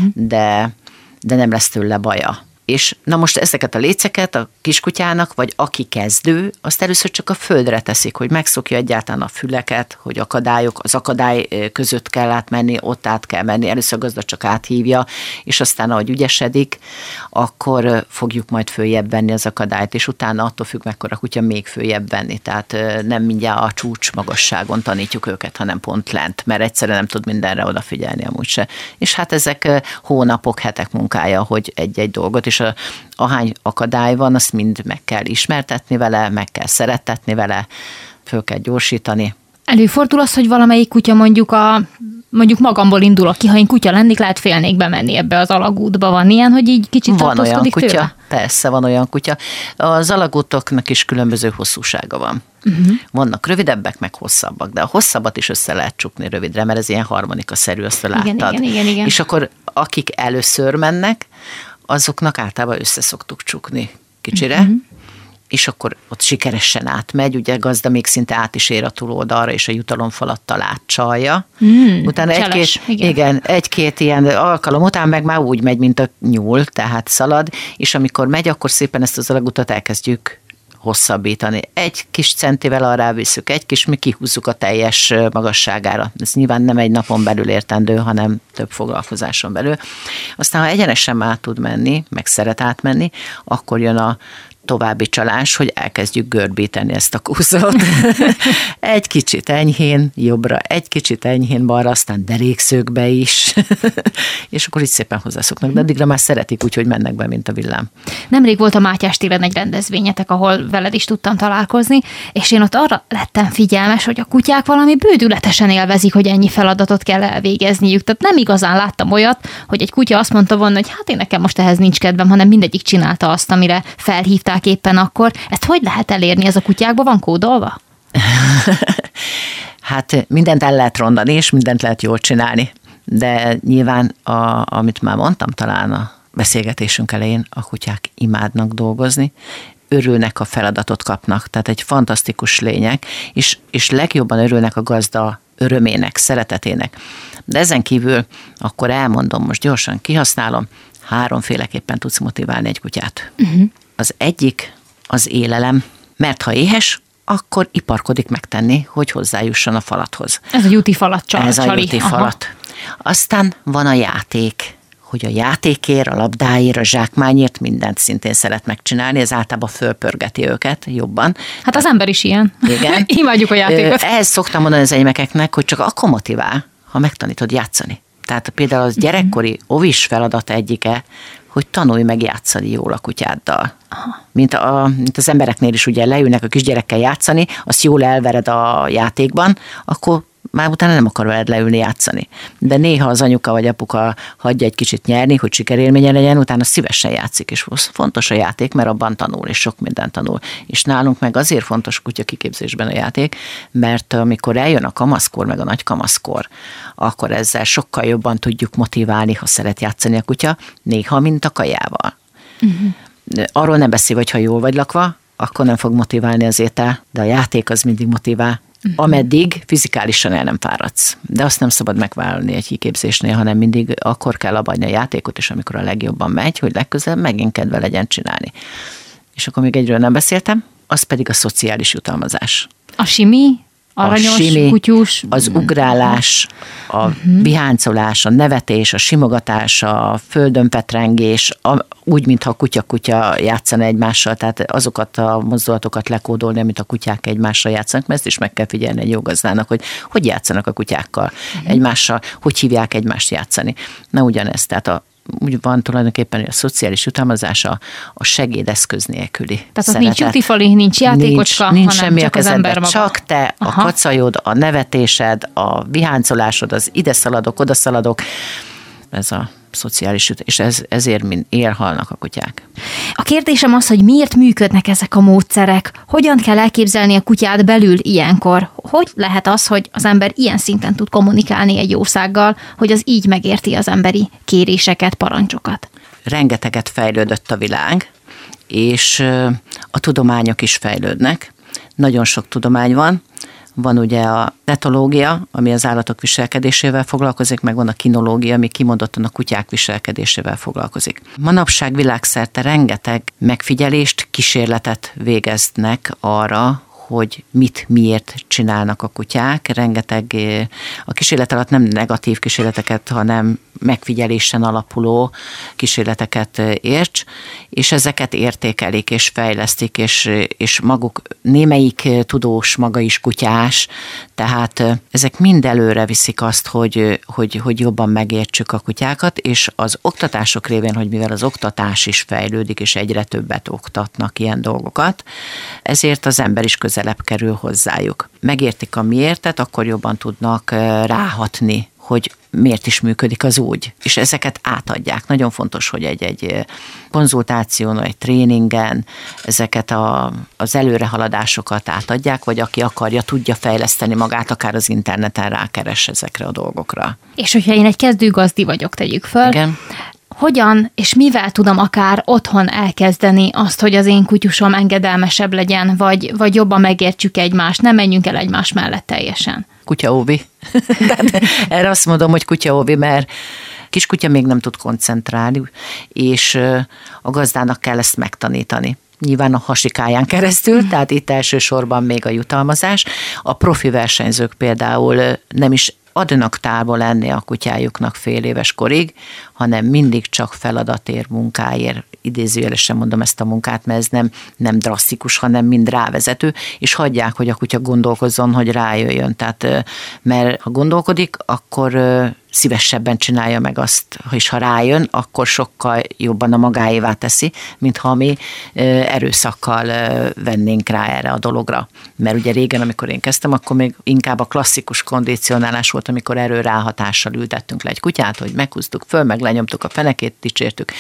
de nem lesz tőle baja. És na most ezeket a léceket a kiskutyának, vagy aki kezdő, azt először csak a földre teszik, hogy megszokja egyáltalán a füleket, hogy az akadály között kell átmenni, ott át kell menni, először a gazda csak áthívja, és aztán ahogy ügyesedik, akkor fogjuk majd följebb venni az akadályt, és utána attól függ, mekkora kutya még följebb venni, tehát nem mindjárt a csúcs magasságon tanítjuk őket, hanem pont lent, mert egyszerűen nem tud mindenre odafigyelni amúgy se. És hát ezek hónapok, hetek munkája, hogy egy-egy dolgot, és ahány akadály van, azt mind meg kell ismertetni vele, meg kell szerettetni vele, föl kell gyorsítani. Előfordul az, hogy valamelyik kutya mondjuk magamból indulok ki, ha én kutya lennék, lehet félnék bemenni ebbe az alagútba. Van ilyen, hogy így kicsit tartózkodik tőle? Van olyan kutya, persze van olyan kutya. Az alagútoknak is különböző hosszúsága van. Vannak rövidebbek, meg hosszabbak, de a hosszabbat is össze lehet csukni rövidre, mert ez ilyen harmonikaszerű, azt láttad. Igen. És akkor akik először mennek, azoknak általában össze szoktuk csukni kicsire, és akkor ott sikeresen átmegy, ugye gazda még szinte át is ér a túloldalra, és a jutalomfalattal átcsalja. Utána egy-két ilyen alkalom után meg már úgy megy, mint a nyúl, tehát szalad, és amikor megy, akkor szépen ezt az alagutat elkezdjük hosszabbítani. Egy kis centivel arra visszük, egy kis, mi kihúzzuk a teljes magasságára. Ez nyilván nem egy napon belül értendő, hanem több foglalkozáson belül. Aztán, ha egyenesen át tud menni, meg szeret átmenni, akkor jön a további csalás, hogy elkezdjük görbíteni ezt a kúszót. Egy kicsit enyhén jobbra, egy kicsit enyhén balra, aztán derékszögbe is. És akkor így szépen hozzászoknak, de addigra már szeretik úgy, hogy mennek be, mint a villám. Nemrég volt a Mátyás téren egy rendezvényetek, ahol veled is tudtam találkozni, és én ott arra lettem figyelmes, hogy a kutyák valami bődületesen élvezik, hogy ennyi feladatot kell elvégezniük. Tehát nem igazán láttam olyat, hogy egy kutya azt mondta volna, hogy hát én nekem most ehhez nincs kedvem, hanem mindegyik csinálta azt, amire felhívták éppen akkor. Ezt hogy lehet elérni? Ez a kutyákban van kódolva? Hát mindent el lehet rondani, és mindent lehet jól csinálni. De nyilván, amit már mondtam talán a beszélgetésünk elején, a kutyák imádnak dolgozni, örülnek, a feladatot kapnak, tehát egy fantasztikus lények, és legjobban örülnek a gazda örömének, szeretetének. De ezen kívül akkor elmondom, most gyorsan kihasználom, 3-féleképpen tudsz motiválni egy kutyát. Az egyik az élelem, mert ha éhes, akkor iparkodik megtenni, hogy hozzájusson a falathoz. Ez a juti falat csali. Ez a juti falat. Aztán van a játék, hogy a játékért, a labdáért, a zsákmányért mindent szintén szeret megcsinálni, ez általában fölpörgeti őket jobban. Hát az ember is ilyen. Igen. Imádjuk a játékot. Ehhez szoktam mondani az enyemekeknek, hogy csak akkor motivál, ha megtanítod játszani. Tehát például az gyerekkori ovis feladat egyike, hogy tanulj meg játszani jól a kutyáddal. Mint az embereknél is ugye leülnek a kisgyerekkel játszani, azt jól elvered a játékban, akkor már utána nem akar veled leülni játszani. De néha az anyuka vagy apuka hagyja egy kicsit nyerni, hogy sikerélménye legyen, utána szívesen játszik, és fontos a játék, mert abban tanul, és sok mindent tanul. És nálunk meg azért fontos kutya kiképzésben a játék, mert amikor eljön a kamaszkor, meg a nagy kamaszkor, akkor ezzel sokkal jobban tudjuk motiválni, ha szeret játszani a kutya, néha, mint a kajával. Arról nem beszél, hogy ha jól vagy lakva, akkor nem fog motiválni az étel, de a játék az mindig motivál, ameddig fizikálisan el nem fáradsz. De azt nem szabad megvállalni egy kiképzésnél, hanem mindig akkor kell abbahagyni a játékot, és amikor a legjobban megy, hogy legközelebb megint kedve legyen csinálni. És akkor még egyről nem beszéltem, az pedig a szociális jutalmazás. A simi? Aranyos, kutyus. Az ugrálás, a viháncolás, a nevetés, a simogatás, a földön petrengés, úgy, mintha a kutya játszana egymással, tehát azokat a mozdulatokat lekódolni, amit a kutyák egymással játszanak, mert ezt is meg kell figyelni egy jó gazdának, hogy játszanak a kutyákkal egymással, hogy hívják egymást játszani. Na ugyanez, tehát úgy van tulajdonképpen, hogy a szociális jutalmazása a segédeszköz nélküli. Tehát az nincs jutifali, nincs játékocska, nincs hanem semmi csak az ember maga. Csak te, a kacajod, a nevetésed, a viháncolásod, az ide szaladok, oda szaladok. Ez a szociális és ezért élhalnak a kutyák. A kérdésem az, hogy miért működnek ezek a módszerek? Hogyan kell elképzelni a kutyát belül ilyenkor? Hogy lehet az, hogy az ember ilyen szinten tud kommunikálni egy jószággal, hogy az így megérti az emberi kéréseket, parancsokat? Rengeteget fejlődött a világ, és a tudományok is fejlődnek. Nagyon sok tudomány van. Van ugye a etológia, ami az állatok viselkedésével foglalkozik, meg van a kinológia, ami kimondottan a kutyák viselkedésével foglalkozik. Manapság világszerte rengeteg megfigyelést, kísérletet végeznek arra, hogy mit, miért csinálnak a kutyák. Rengeteg, a kísérlet alatt nem negatív kísérleteket, hanem megfigyelésen alapuló kísérleteket érts, és ezeket értékelik és fejlesztik, és maguk, némelyik tudós, maga is kutyás, tehát ezek mind előre viszik azt, hogy jobban megértsük a kutyákat, és az oktatások révén, hogy mivel az oktatás is fejlődik, és egyre többet oktatnak ilyen dolgokat, ezért az ember is közelebb kerül hozzájuk. Megértik a miértet, akkor jobban tudnak ráhatni, hogy miért is működik az úgy. És ezeket átadják. Nagyon fontos, hogy egy konzultáción, egy tréningen ezeket az előrehaladásokat átadják, vagy aki akarja, tudja fejleszteni magát, akár az interneten rákeres ezekre a dolgokra. És hogyha én egy kezdőgazdi vagyok, tegyük föl, igen. Hogyan és mivel tudom akár otthon elkezdeni azt, hogy az én kutyusom engedelmesebb legyen, vagy jobban megértsük egymást, ne menjünk el egymás mellett teljesen? Kutyaóvi. Erre azt mondom, hogy kutyaóvi, mert kiskutya még nem tud koncentrálni, és a gazdának kell ezt megtanítani. Nyilván a hasikáján keresztül, tehát itt elsősorban még a jutalmazás. A profi versenyzők például nem is adnak távol enni a kutyájuknak fél éves korig, hanem mindig csak feladatért, munkáért, idézőjelesen mondom ezt a munkát, mert ez nem drasztikus, hanem mind rávezető, és hagyják, hogy a kutya gondolkozzon, hogy rájöjjön. Tehát, mert ha gondolkodik, akkor szívesebben csinálja meg azt, és ha rájön, akkor sokkal jobban a magáévá teszi, mint ha mi erőszakkal vennénk rá erre a dologra. Mert ugye régen, amikor én kezdtem, akkor még inkább a klasszikus kondicionálás volt, amikor erő ráhatással ültettünk le egy kutyát, hogy meghúztuk föl, meg lenyomtuk a fenekét, dicsértük.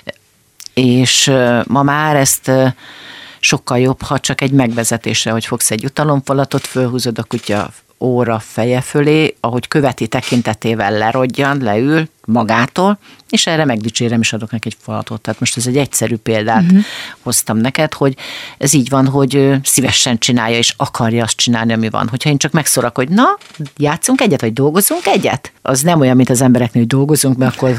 És ma már ezt sokkal jobb, ha csak egy megvezetésre, hogy fogsz egy jutalomfalatot, fölhúzod a kutya óra feje fölé, ahogy követi tekintetével lerodjan, leül magától, és erre megdicsérem, és adok neki egy falatot. Tehát most ez egy egyszerű példát hoztam neked, hogy ez így van, hogy szívesen csinálja, és akarja azt csinálni, ami van. Hogyha én csak megszólok, hogy na, játszunk egyet, vagy dolgozzunk egyet, az nem olyan, mint az embereknél, hogy dolgozunk, mert akkor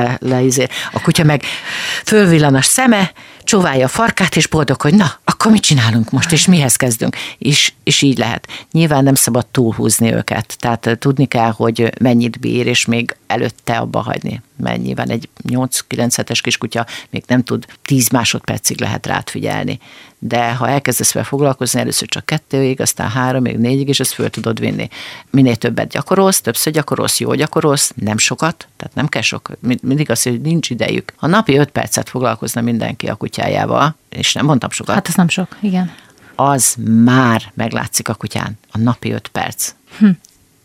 a kutya meg fölvillan a szeme, csóválja a farkát, és boldog, hogy na, akkor mit csinálunk most, és mihez kezdünk? És így lehet. Nyilván nem szabad túlhúzni őket. Tehát tudni kell, hogy mennyit bír, és még előtte abba hagyni. Mert nyilván egy 8-9 hetes kiskutya még nem tud 10 másodpercig lehet rád figyelni. De ha elkezdesz vele foglalkozni, először csak 2-ig, aztán 3-ig, 4-ig, és ezt föl tudod vinni. Minél többet gyakorolsz, többször gyakorolsz, jól gyakorolsz, nem sokat, tehát nem kell sok, mindig azt, hogy nincs idejük. Ha napi 5 percet foglalkozna mindenki a kutyájával, és nem mondtam sokat. Hát ez nem sok, igen. Az már meglátszik a kutyán, a napi 5 perc.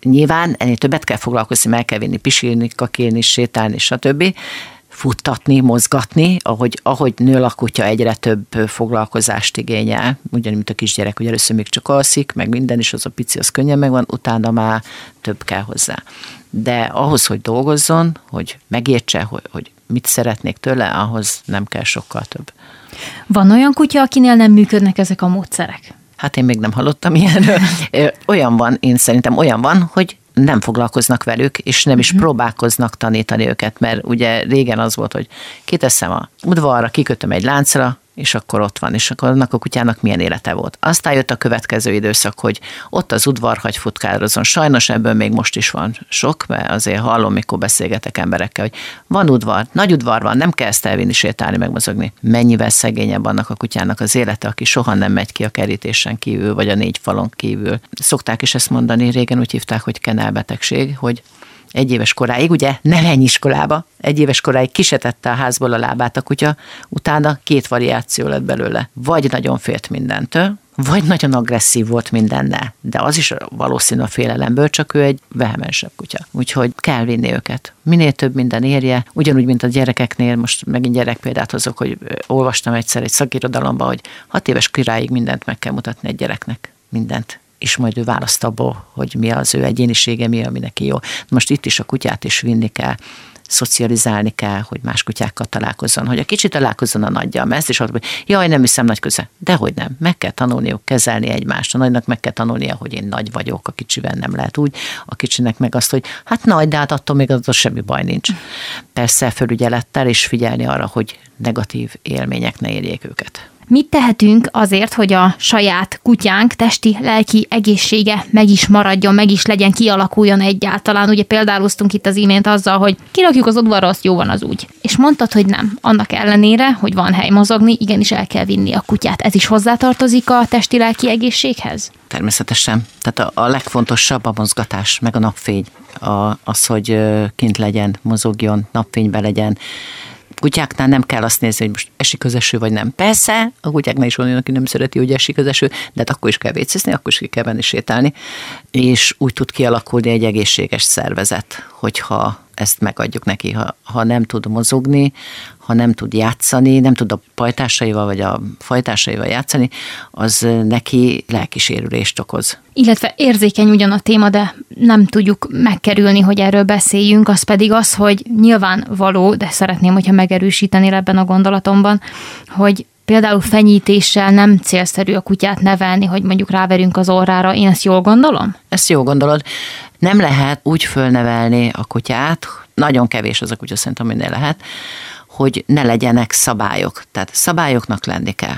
nyilván ennél többet kell foglalkozni, mert el kell vinni, pisilni, kakélni, sétálni, stb. Futtatni, mozgatni, ahogy nő a kutya, egyre több foglalkozást igényel, ugyanúgy, mint a kisgyerek, hogy először még csak alszik, meg minden is, az a pici, az könnyen megvan, utána már több kell hozzá. De ahhoz, hogy dolgozzon, hogy megértse, hogy mit szeretnék tőle, ahhoz nem kell sokkal több. Van olyan kutya, akinél nem működnek ezek a módszerek? Hát én még nem hallottam ilyenről. Olyan van, én szerintem olyan van, hogy nem foglalkoznak velük, és nem is próbálkoznak tanítani őket, mert ugye régen az volt, hogy kiteszem a udvarra, kikötöm egy láncra, és akkor ott van, és akkor annak a kutyának milyen élete volt. Aztán jött a következő időszak, hogy ott az udvar hagy futkározon. Sajnos ebből még most is van sok, mert azért hallom, mikor beszélgetek emberekkel, hogy van udvar, nagy udvar van, nem kell ezt elvinni, sétálni, megmozogni. Mennyivel szegényebb annak a kutyának az élete, aki soha nem megy ki a kerítésen kívül, vagy a 4 falon kívül. Szokták is ezt mondani, régen úgy hívták, hogy kenelbetegség, hogy 1 éves koráig, ugye ne menj iskolába, 1 éves koráig kisetette a házból a lábát a kutya, utána 2 variáció lett belőle. Vagy nagyon félt mindentől, vagy nagyon agresszív volt mindennel, de az is valószínű a félelemből, csak ő egy vehemensebb kutya. Úgyhogy kell vinni őket. Minél több minden érje, ugyanúgy, mint a gyerekeknél, most megint gyerekpéldát hozok, hogy olvastam egyszer egy szakirodalomban, hogy 6 éves koráig mindent meg kell mutatni egy gyereknek. Mindent. És majd ő választ abból, hogy mi az ő egyénisége, mi, ami neki jó. Most itt is a kutyát is vinni kell, szocializálni kell, hogy más kutyákkal találkozzon, hogy a kicsi találkozzon a nagyjal, mert ezt is mondom, hogy jaj, nem hiszem nagy köze. Dehogy nem, meg kell tanulniuk kezelni egymást. A nagynak meg kell tanulnia, hogy én nagy vagyok, a kicsivel nem lehet úgy, a kicsinek meg azt, hogy hát nagy, de hát attól még attól semmi baj nincs. Persze felügyelettel és figyelni arra, hogy negatív élmények ne érjék őket. Mit tehetünk azért, hogy a saját kutyánk testi, lelki egészsége meg is maradjon, meg is legyen, kialakuljon egyáltalán? Ugye példáloztunk itt az imént azzal, hogy kirakjuk az udvarra, azt jó van az úgy. És mondtad, hogy nem. Annak ellenére, hogy van hely mozogni, igenis el kell vinni a kutyát. Ez is hozzátartozik a testi, lelki egészséghez? Természetesen. Tehát a legfontosabb a mozgatás, meg a napfény. Az, hogy kint legyen, mozogjon, napfényben legyen. Kutyáknál nem kell azt nézni, hogy most esik az eső, vagy nem. Persze, a kutyáknál is van olyan, aki nem szereti, hogy esik az eső, de hát akkor is kell vécézni, akkor is ki kell menni sétálni, és úgy tud kialakulni egy egészséges szervezet, hogyha ezt megadjuk neki, ha nem tud mozogni, ha nem tud játszani, nem tud a pajtásaival vagy a fajtásaival játszani, az neki lelkisérülést okoz. Illetve érzékeny ugyan a téma, de nem tudjuk megkerülni, hogy erről beszéljünk, az pedig az, hogy nyilvánvaló, de szeretném, hogyha megerősítenél ebben a gondolatomban, hogy például fenyítéssel nem célszerű a kutyát nevelni, hogy mondjuk ráverünk az orrára. Én ezt jól gondolom? Ezt jól gondolod. Nem lehet úgy fölnevelni a kutyát, nagyon kevés az a kutya, szerintem minél lehet, hogy ne legyenek szabályok. Tehát szabályoknak lenni kell.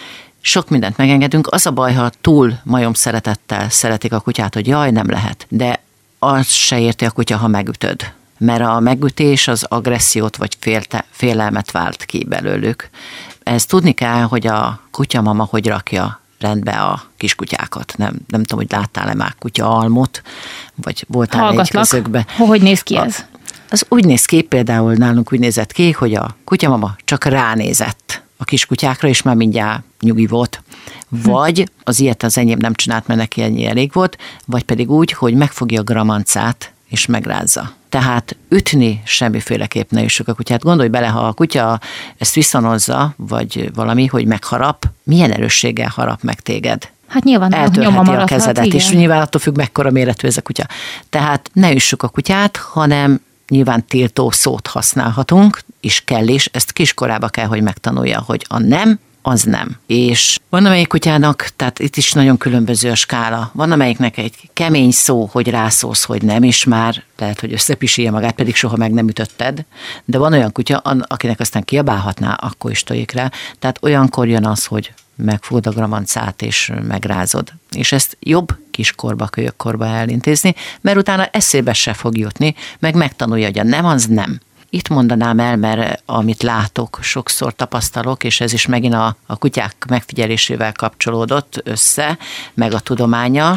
Sok mindent megengedünk. Az a baj, ha túl majom szeretettel szeretik a kutyát, hogy jaj, nem lehet. De azt se érti a kutya, ha megütöd. Mert a megütés az agressziót vagy félelmet vált ki belőlük. Ezt tudni kell, hogy a kutyamama hogy rakja rendbe a kiskutyákat. Nem tudom, hogy láttál-e már kutyaalmot, vagy voltál egy közökbe. Hogy néz ki ez? Az úgy néz ki, például nálunk úgy nézett ki, hogy a kutyamama csak ránézett a kiskutyákra, és már mindjárt nyugi volt. Vagy az ilyet az enyém nem csinált, mert neki ennyi elég volt, vagy pedig úgy, hogy megfogja a gramancát, és megrázza. Tehát ütni semmiféleképp ne üssük a kutyát. Gondolj bele, ha a kutya ezt viszonozza, vagy valami, hogy megharap, milyen erősséggel harap meg téged? Hát nyilván eltörheti a kezedet, és nyilván attól függ, mekkora méretű ez a kutya. Tehát ne üssük a kutyát, hanem nyilván tiltó szót használhatunk, és kell is, ezt kiskorába kell, hogy megtanulja, hogy a nem, az nem. És van amelyik kutyának, tehát itt is nagyon különböző a skála, van amelyiknek egy kemény szó, hogy rászólsz, hogy nem, és már lehet, hogy összepisilje magát, pedig soha meg nem ütötted, de van olyan kutya, akinek aztán kiabálhatná, akkor is tojik rá, tehát olyankor jön az, hogy megfogod a gramancát és megrázod. És ezt jobb kiskorba, kölyökkorba elintézni, mert utána eszébe se fog jutni, meg megtanulja, hogy a nem az nem. Itt mondanám el, mert amit látok, sokszor tapasztalok, és ez is megint a kutyák megfigyelésével kapcsolódott össze, meg a tudománnyal,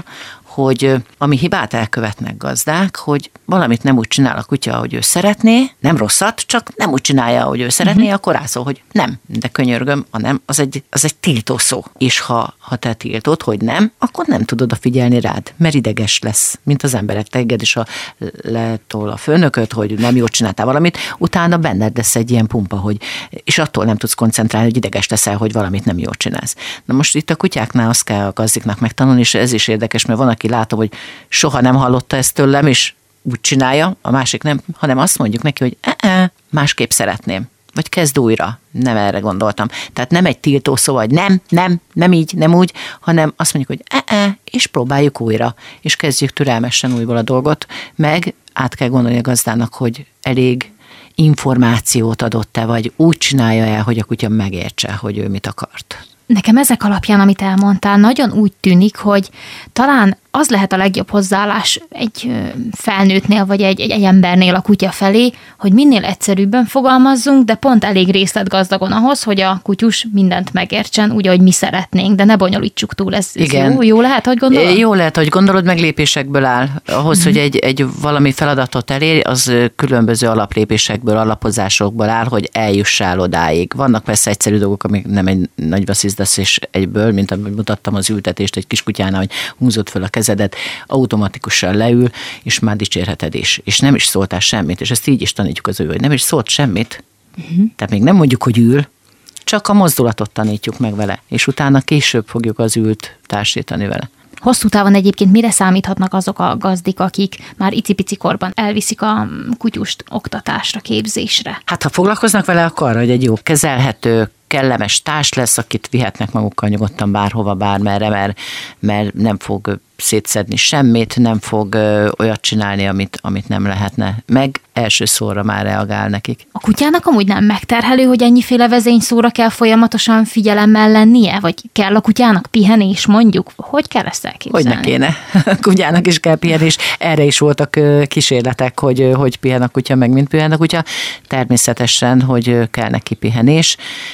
hogy ami hibát elkövetnek gazdák, hogy valamit nem úgy csinál a kutya, ahogy ő szeretné, nem rosszat, csak nem úgy csinálja, ahogy ő szeretné, akkor rászól, hogy nem. De könyörgöm, a nem, az egy tiltó szó. És ha te tiltod, hogy nem, akkor nem tud odafigyelni rád, mert ideges lesz, mint az emberek. Teged is letol a főnököt, hogy nem jól csináltál valamit, utána benned lesz egy ilyen pumpa, és attól nem tudsz koncentrálni, hogy ideges leszel, hogy valamit nem jól csinálsz. Na most itt a kutyáknál azt kell a gazdiknak megtanulni, és ez is érdekes, mert van, aki látom, hogy soha nem hallotta ezt tőlem, és úgy csinálja, a másik nem, hanem azt mondjuk neki, hogy másképp szeretném. Vagy kezd újra. Nem erre gondoltam. Tehát nem egy tiltó szó, vagy nem így, nem úgy, hanem azt mondjuk, hogy és próbáljuk újra. És kezdjük türelmesen újból a dolgot, meg át kell gondolni a gazdának, hogy elég információt adott-e, vagy úgy csinálja el, hogy a kutya megértse, hogy ő mit akart. Nekem ezek alapján, amit elmondtál, nagyon úgy tűnik, hogy talán az lehet a legjobb hozzáállás egy felnőttnél, vagy egy embernél a kutya felé, hogy minél egyszerűbben fogalmazzunk, de pont elég részletgazdagon ahhoz, hogy a kutyus mindent megértsen, úgy, ahogy mi szeretnénk, de ne bonyolítsuk túl. Ez jó lehet, hogy gondolod? Jó lehet, hogy gondolod, meg lépésekből áll. Ahhoz, hogy egy valami feladatot elér, az különböző alaplépésekből, alapozásokból áll, hogy eljussál odáig. Vannak persze egyszerű dolgok, amik nem egy nagy vasszizdasz egyből, mint amit mutattam az ültetést egy kiskutyánál, hogy húzott föl a kezedet, automatikusan leül, és már dicsérheted is. És nem is szóltál semmit, és ezt így is tanítjuk az ő, hogy nem is szólt semmit. Tehát még nem mondjuk, hogy ül, csak a mozdulatot tanítjuk meg vele, és utána később fogjuk az ült társítani vele. Hosszú távon egyébként mire számíthatnak azok a gazdik, akik már icipici korban elviszik a kutyust oktatásra, képzésre? Hát ha foglalkoznak vele, akkor arra, hogy egy jó kezelhető, kellemes társ lesz, akit vihetnek magukkal nyugodtan bárhova, bármerre, mert nem fog szétszedni semmit, nem fog olyat csinálni, amit nem lehetne. Meg első szóra már reagál nekik. A kutyának amúgy nem megterhelő, hogy ennyiféle vezényszóra kell folyamatosan figyelemmel lennie? Vagy kell a kutyának pihenés, mondjuk? Hogy kell ezt elképzelni? Hogy ne kéne. A kutyának is kell pihenés. Erre is voltak kísérletek, hogy pihen a kutya, meg mint pihen a kutya. Természetesen, hogy kell neki pihenés.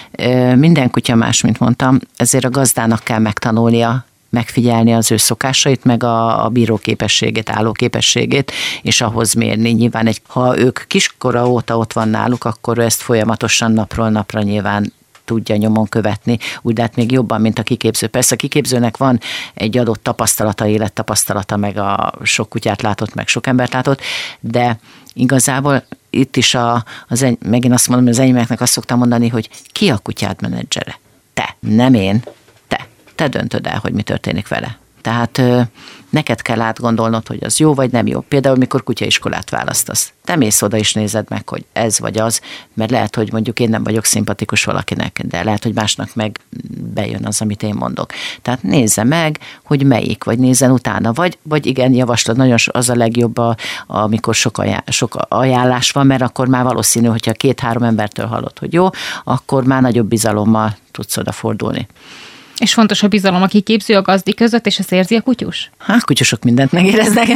Minden kutya más, mint mondtam, ezért a gazdának kell megtanulnia, megfigyelni az ő szokásait, meg a bíróképességét, állóképességét, és ahhoz mérni. Nyilván, ha ők kiskora óta ott van náluk, akkor ezt folyamatosan napról napra nyilván tudja nyomon követni, úgy lehet még jobban, mint a kiképző. Persze a kiképzőnek van egy adott tapasztalata, élettapasztalata, meg a sok kutyát látott, meg sok embert látott, de igazából itt is megint azt mondom, hogy az enyémeknek azt szoktam mondani, hogy ki a kutyád menedzsere? Te, nem én, te döntöd el, hogy mi történik vele. Tehát neked kell átgondolnod, hogy az jó vagy nem jó. Például, mikor kutyaiskolát választasz. Te mész oda is nézed meg, hogy ez vagy az, mert lehet, hogy mondjuk én nem vagyok szimpatikus valakinek, de lehet, hogy másnak meg bejön az, amit én mondok. Tehát nézze meg, hogy melyik, vagy nézzen utána, vagy igen, javaslod, nagyon az a legjobb, amikor sok ajánlás van, mert akkor már valószínű, hogyha 2-3 embertől hallod, hogy jó, akkor már nagyobb bizalommal tudsz odafordulni. És fontos a bizalom a kiképző a gazdi között, és ezt érzi a kutyus? Hát kutyusok mindent megéreznek,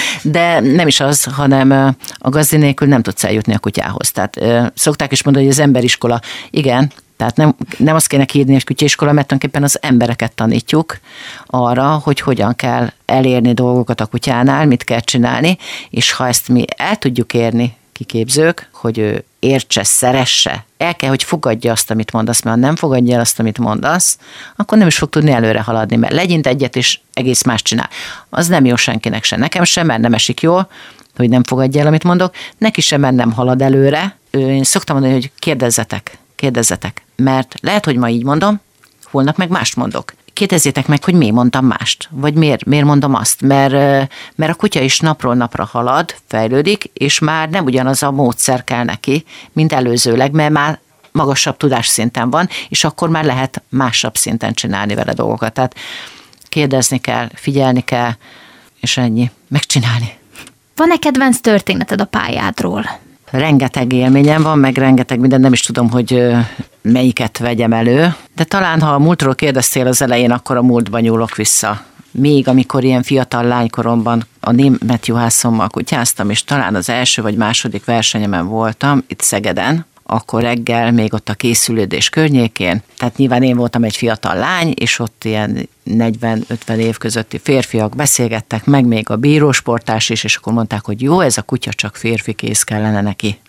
de nem is az, hanem a gazdi nélkül nem tudsz eljutni a kutyához. Tehát szokták is mondani, hogy az emberiskola, igen, tehát nem azt kéne hívni, hogy kutyaiskola, mert tulajdonképpen az embereket tanítjuk arra, hogy hogyan kell elérni dolgokat a kutyánál, mit kell csinálni, és ha ezt mi el tudjuk érni, kiképzők, hogy ő értse, szeresse, el kell, hogy fogadja azt, amit mondasz, mert ha nem fogadja el azt, amit mondasz, akkor nem is fog tudni előre haladni, mert legyint egyet, és egész más csinál. Az nem jó senkinek se, nekem sem, mert nem esik jól, hogy nem fogadja el, amit mondok, neki sem, mert nem halad előre. Én szoktam mondani, hogy kérdezzetek, mert lehet, hogy ma így mondom, holnap meg mást mondok. Kérdezzétek meg, hogy miért mondtam mást, vagy miért mondom azt, mert a kutya is napról napra halad, fejlődik, és már nem ugyanaz a módszer kell neki, mint előzőleg, mert már magasabb tudásszinten van, és akkor már lehet másabb szinten csinálni vele dolgokat. Tehát kérdezni kell, figyelni kell, és ennyi, megcsinálni. Van-e kedvenc történeted a pályádról? Rengeteg élményem van, meg rengeteg minden, nem is tudom, hogy melyiket vegyem elő, de talán, ha a múltról kérdeztél az elején, akkor a múltban nyúlok vissza. Még amikor ilyen fiatal lánykoromban a német juhászommal kutyáztam, és talán az első vagy második versenyemen voltam, itt Szegeden, akkor reggel még ott a készülődés környékén, tehát nyilván én voltam egy fiatal lány, és ott ilyen 40-50 év közötti férfiak beszélgettek, meg még a bírósportás is, és akkor mondták, hogy jó, ez a kutya csak férfi kéz kellene neki.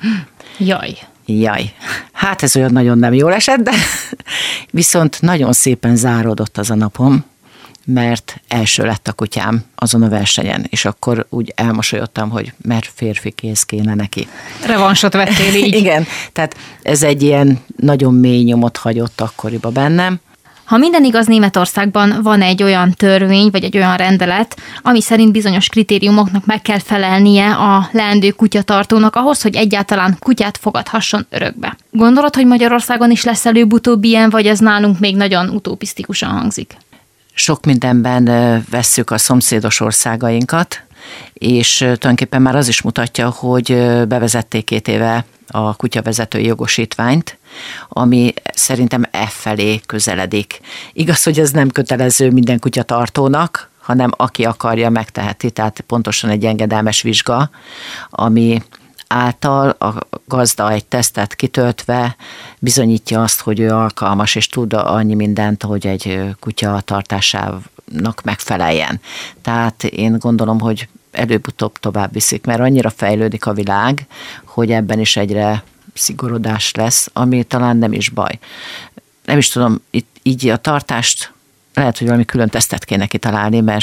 Jaj. Hát ez olyan nagyon nem jól esett, de viszont nagyon szépen záródott az a napom, mert első lett a kutyám azon a versenyen, és akkor úgy elmosolyodtam, hogy mert férfi kéz kéne neki. Revansot vettél így. Igen, tehát ez egy ilyen nagyon mély nyomot hagyott akkoriban bennem. Ha minden igaz, Németországban van egy olyan törvény, vagy egy olyan rendelet, ami szerint bizonyos kritériumoknak meg kell felelnie a leendő kutyatartónak ahhoz, hogy egyáltalán kutyát fogadhasson örökbe. Gondolod, hogy Magyarországon is lesz előbb-utóbb ilyen, vagy ez nálunk még nagyon utopisztikusan hangzik? Sok mindenben vesszük a szomszédos országainkat, és tulajdonképpen már az is mutatja, hogy bevezették 2 éve a kutyavezetői jogosítványt, ami szerintem felé közeledik. Igaz, hogy ez nem kötelező minden kutyatartónak, hanem aki akarja, megteheti, tehát pontosan egy engedelmes vizsga, ami által a gazda egy tesztet kitöltve bizonyítja azt, hogy ő alkalmas, és tud annyi mindent, hogy egy kutya tartásának megfeleljen. Tehát én gondolom, hogy előbb-utóbb tovább viszik, mert annyira fejlődik a világ, hogy ebben is egyre szigorodás lesz, ami talán nem is baj. Nem is tudom, így a tartást lehet, hogy valami külön tesztet kéne kitalálni, mert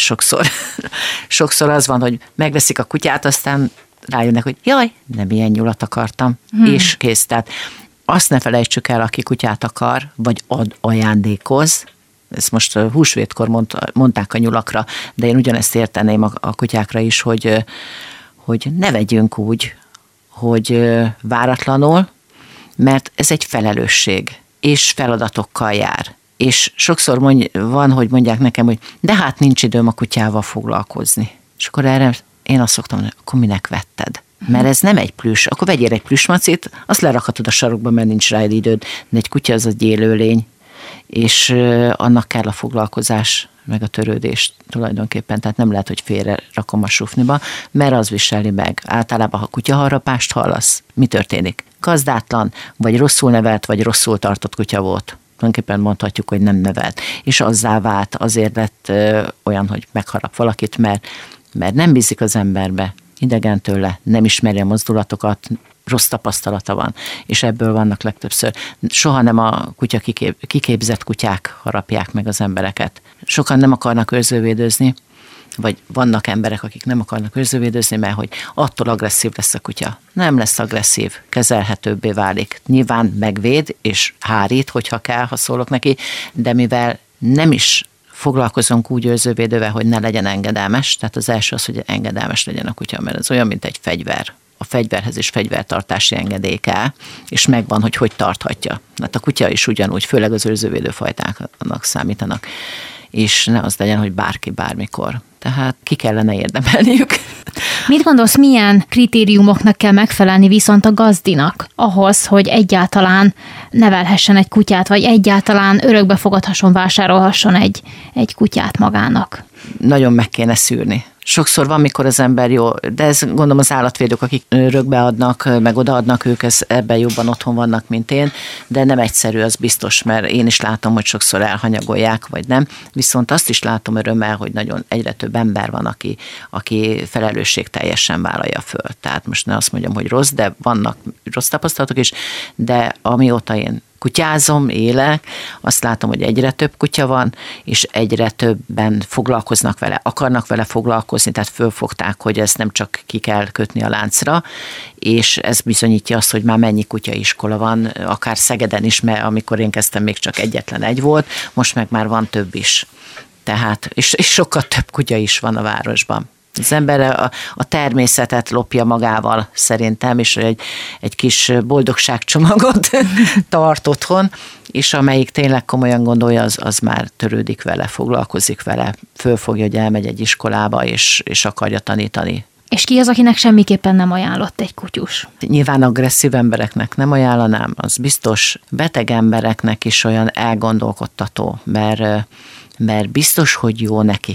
sokszor az van, hogy megveszik a kutyát, aztán rájönnek, hogy jaj, nem ilyen nyulat akartam, és kész. Tehát azt ne felejtsük el, aki kutyát akar, vagy ajándékoz, ezt most húsvétkor mondták a nyulakra, de én ugyanezt érteném a kutyákra is, hogy ne vegyünk úgy, hogy váratlanul, mert ez egy felelősség, és feladatokkal jár. És sokszor van, hogy mondják nekem, hogy de hát nincs időm a kutyával foglalkozni. És akkor erre én azt szoktam mondani, akkor minek vetted? Mert ez nem egy plüss. Akkor vegyél egy plüssmacit, azt lerakhatod a sarokba, mert nincs rá időd. De egy kutya az egy élőlény, és annak kell a foglalkozás, meg a törődés tulajdonképpen. Tehát nem lehet, hogy félre rakom a sufniba, mert az viseli meg. Általában, ha kutyaharrapást hallasz, mi történik? Gazdátlan, vagy rosszul nevelt, vagy rosszul tartott kutya volt. Tulajdonképpen mondhatjuk, hogy nem nevelt. És azzá vált, azért lett olyan, hogy megharap valakit, mert nem bízik az emberbe, idegen tőle, nem ismeri a mozdulatokat, rossz tapasztalata van, és ebből vannak legtöbbször. Soha nem a kiképzett kutyák harapják meg az embereket. Sokan nem akarnak őrzővédőzni, vagy vannak emberek, akik nem akarnak őrzővédőzni, mert hogy attól agresszív lesz a kutya. Nem lesz agresszív, kezelhetőbbé válik. Nyilván megvéd és hárít, hogyha kell, ha szólok neki, de mivel nem is foglalkozunk úgy őrzővédővel, hogy ne legyen engedelmes, tehát az első az, hogy engedelmes legyen a kutya, mert ez olyan, mint egy fegyver. A fegyverhez is fegyvertartási engedély kell, és megvan, hogy tarthatja. Hát a kutya is ugyanúgy, főleg az őrzővédő fajtáknak számítanak, és ne az legyen, hogy bárki bármikor. Tehát ki kellene érdemelniük. Mit gondolsz, milyen kritériumoknak kell megfelelni viszont a gazdinak ahhoz, hogy egyáltalán nevelhessen egy kutyát, vagy egyáltalán örökbe fogadhasson, vásárolhasson egy kutyát magának? Nagyon meg kéne szűrni. Sokszor van, mikor az ember jó, de ez gondolom az állatvédők, akik örökbe adnak, meg odaadnak, ők ebben jobban otthon vannak, mint én, de nem egyszerű, az biztos, mert én is látom, hogy sokszor elhanyagolják, vagy nem. Viszont azt is látom örömmel, hogy nagyon egyre több ember van, aki felelősségteljesen vállalja föl. Tehát most ne azt mondjam, hogy rossz, de vannak rossz tapasztalatok is, de amióta én kutyázom, élek, azt látom, hogy egyre több kutya van, és egyre többen foglalkoznak vele, akarnak vele foglalkozni, tehát fölfogták, hogy ezt nem csak ki kell kötni a láncra, és ez bizonyítja azt, hogy már mennyi kutyaiskola van, akár Szegeden is, mert amikor én kezdtem, még csak egyetlen egy volt, most meg már van több is. Tehát, és sokkal több kutya is van a városban. Az ember a természetet lopja magával szerintem, és egy kis boldogságcsomagot tart otthon, és amelyik tényleg komolyan gondolja, az már törődik vele, foglalkozik vele, fölfogja, hogy elmegy egy iskolába, és akarja tanítani. És ki az, akinek semmiképpen nem ajánlott egy kutyus? Nyilván agresszív embereknek nem ajánlanám, az biztos. Beteg embereknek is olyan elgondolkodtató, mert biztos, hogy jó nekik.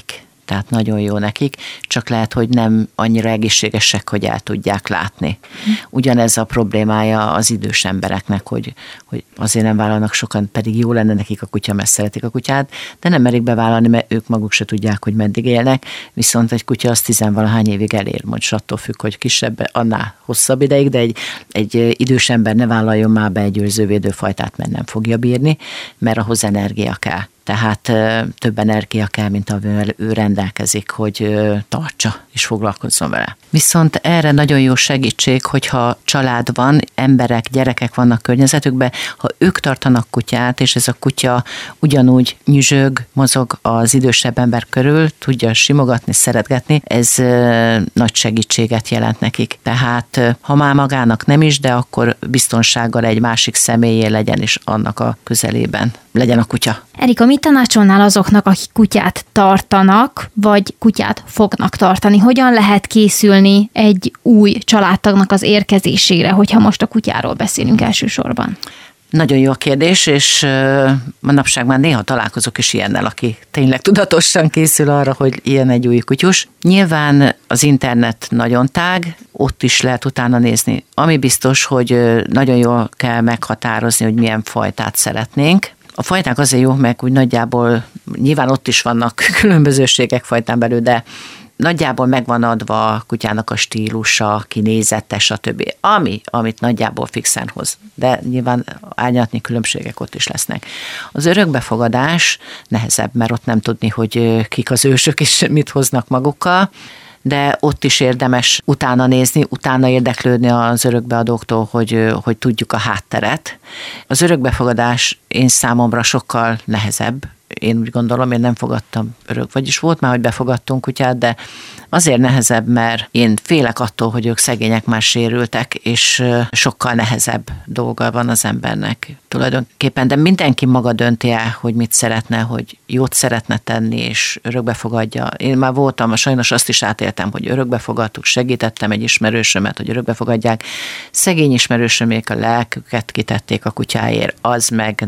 tehát nagyon jó nekik, csak lehet, hogy nem annyira egészségesek, hogy el tudják látni. Ugyanez a problémája az idős embereknek, hogy azért nem vállalnak sokan, pedig jó lenne nekik a kutya, mert szeretik a kutyát, de nem merik bevállalni, mert ők maguk se tudják, hogy meddig élnek, viszont egy kutya az 10-valahány évig elér, most attól függ, hogy kisebb, annál hosszabb ideig, de egy idős ember ne vállaljon már be egy őrzővédőfajtát, mert nem fogja bírni, mert ahhoz energia kell. Tehát több energia kell, mint amivel ő rendelkezik, hogy tartsa és foglalkozzon vele. Viszont erre nagyon jó segítség, hogyha család van, emberek, gyerekek vannak környezetükben, ha ők tartanak kutyát, és ez a kutya ugyanúgy nyüzsög, mozog az idősebb ember körül, tudja simogatni, szeretgetni, ez nagy segítséget jelent nekik. Tehát ha már magának nem is, de akkor biztonsággal egy másik személyé legyen is annak a közelében. Legyen a kutya. Erika, mit tanácsolnál azoknak, akik kutyát tartanak, vagy kutyát fognak tartani? Hogyan lehet készülni egy új családtagnak az érkezésére, hogyha most a kutyáról beszélünk elsősorban? Nagyon jó a kérdés, és manapság már néha találkozok is ilyennel, aki tényleg tudatosan készül arra, hogy ilyen egy új kutyus. Nyilván az internet nagyon tág, ott is lehet utána nézni. Ami biztos, hogy nagyon jól kell meghatározni, hogy milyen fajtát szeretnénk. A fajták azért jó, meg úgy nagyjából, nyilván ott is vannak különbözőségek fajtán belül, de nagyjából megvan adva a kutyának a stílusa, kinézete, stb. Amit nagyjából fixen hoz. De nyilván árnyatni különbségek ott is lesznek. Az örökbefogadás nehezebb, mert ott nem tudni, hogy kik az ősök és mit hoznak magukkal, de ott is érdemes utána nézni, utána érdeklődni az örökbeadóktól, hogy tudjuk a hátteret. Az örökbefogadás én számomra sokkal nehezebb. Én úgy gondolom, én nem fogadtam vagyis volt már, hogy befogadtunk kutyát, de azért nehezebb, mert én félek attól, hogy ők szegények már sérültek, és sokkal nehezebb dolga van az embernek tulajdonképpen, de mindenki maga dönti el, hogy mit szeretne, hogy jót szeretne tenni, és örökbefogadja. Én már voltam, sajnos azt is átéltem, hogy örökbefogadtuk, segítettem egy ismerősömet, hogy örökbefogadják. Szegény ismerősömék a lelküket kitették a kutyáért, az meg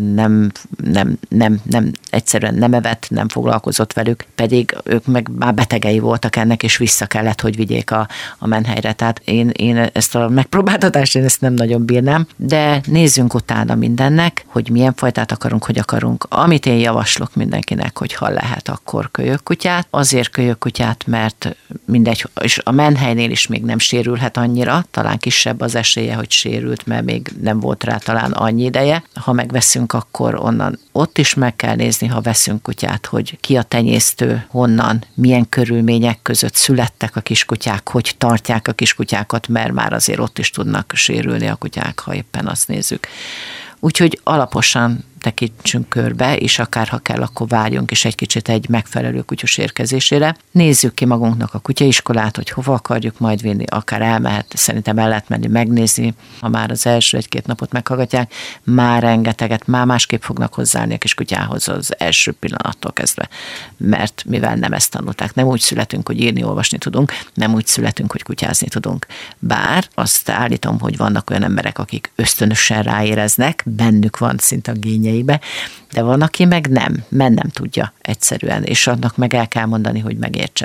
nem egyszerűen nem evett, nem foglalkozott velük, pedig ők meg már betegei voltak ennek, és vissza kellett, hogy vigyék a menhelyre. Tehát én ezt a megpróbáltatást, én ezt nem nagyon bírnám, de nézzünk utána mindennek, hogy milyen fajtát akarunk, hogy akarunk. Amit én javaslok mindenkinek, hogy ha lehet, akkor kölyökkutyát. Azért kölyökkutyát, mert mindegy, és a menhelynél is még nem sérülhet annyira, talán kisebb az esélye, hogy sérült, mert még nem volt rá talán annyi ideje. Ha megveszünk, akkor onnan ott is meg kell nézni, ha veszünk kutyát, hogy ki a tenyésztő, honnan, milyen körülmények között születtek a kiskutyák, hogy tartják a kiskutyákat, mert már azért ott is tudnak sérülni a kutyák, ha éppen azt nézzük. Úgyhogy alaposan tekintsünk körbe, és akár ha kell, akkor várjunk is egy kicsit egy megfelelő kutyus érkezésére. Nézzük ki magunknak a kutyaiskolát, hogy hova akarjuk majd vinni, akár elmehet, szerintem el lehet menni megnézni, ha már az első 1-2 napot meghallgatják, már rengeteget, már másképp fognak hozzáállni a kis kutyához az első pillanattól kezdve, mert mivel nem ezt tanulták, nem úgy születünk, hogy írni, olvasni tudunk, nem úgy születünk, hogy kutyázni tudunk. Bár azt állítom, hogy vannak olyan emberek, akik ösztönösen ráéreznek, bennük van szinte a génye, de van, aki meg nem tudja egyszerűen, és annak meg el kell mondani, hogy megértse,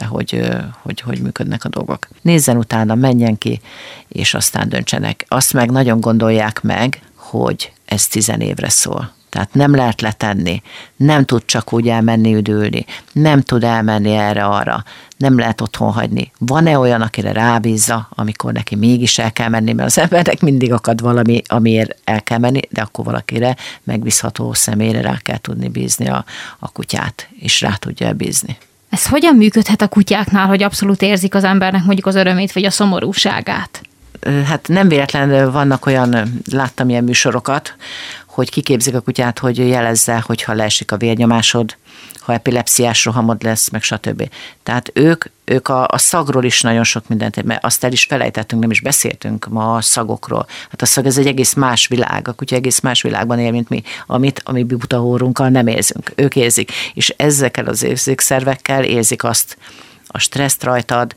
hogy működnek a dolgok. Nézzen utána, menjen ki, és aztán döntsenek. Azt meg nagyon gondolják meg, hogy ez 10 évre szól. Tehát nem lehet letenni, nem tud csak úgy elmenni üdülni, nem tud elmenni erre-arra, nem lehet otthon hagyni. Van-e olyan, akire rábízza, amikor neki mégis el kell menni, mert az embernek mindig akad valami, amiért el kell menni, de akkor valakire megbízható személyre rá kell tudni bízni a kutyát, és rá tudja bízni. Ez hogyan működhet a kutyáknál, hogy abszolút érzik az embernek mondjuk az örömét vagy a szomorúságát? Hát nem véletlenül vannak olyan, láttam ilyen műsorokat, hogy kiképzik a kutyát, hogy jelezze, hogyha leesik a vérnyomásod, ha epilepsziás rohamod lesz, meg stb. Tehát ők a szagról is nagyon sok mindent, mert azt el is felejtettünk, nem is beszéltünk ma a szagokról. Hát a szag ez egy egész más világ, a kutya egész más világban él, mint mi, ami buta hórunkkal nem érzünk. Ők érzik, és ezekkel az érzékszervekkel érzik azt, a stresszt rajtad,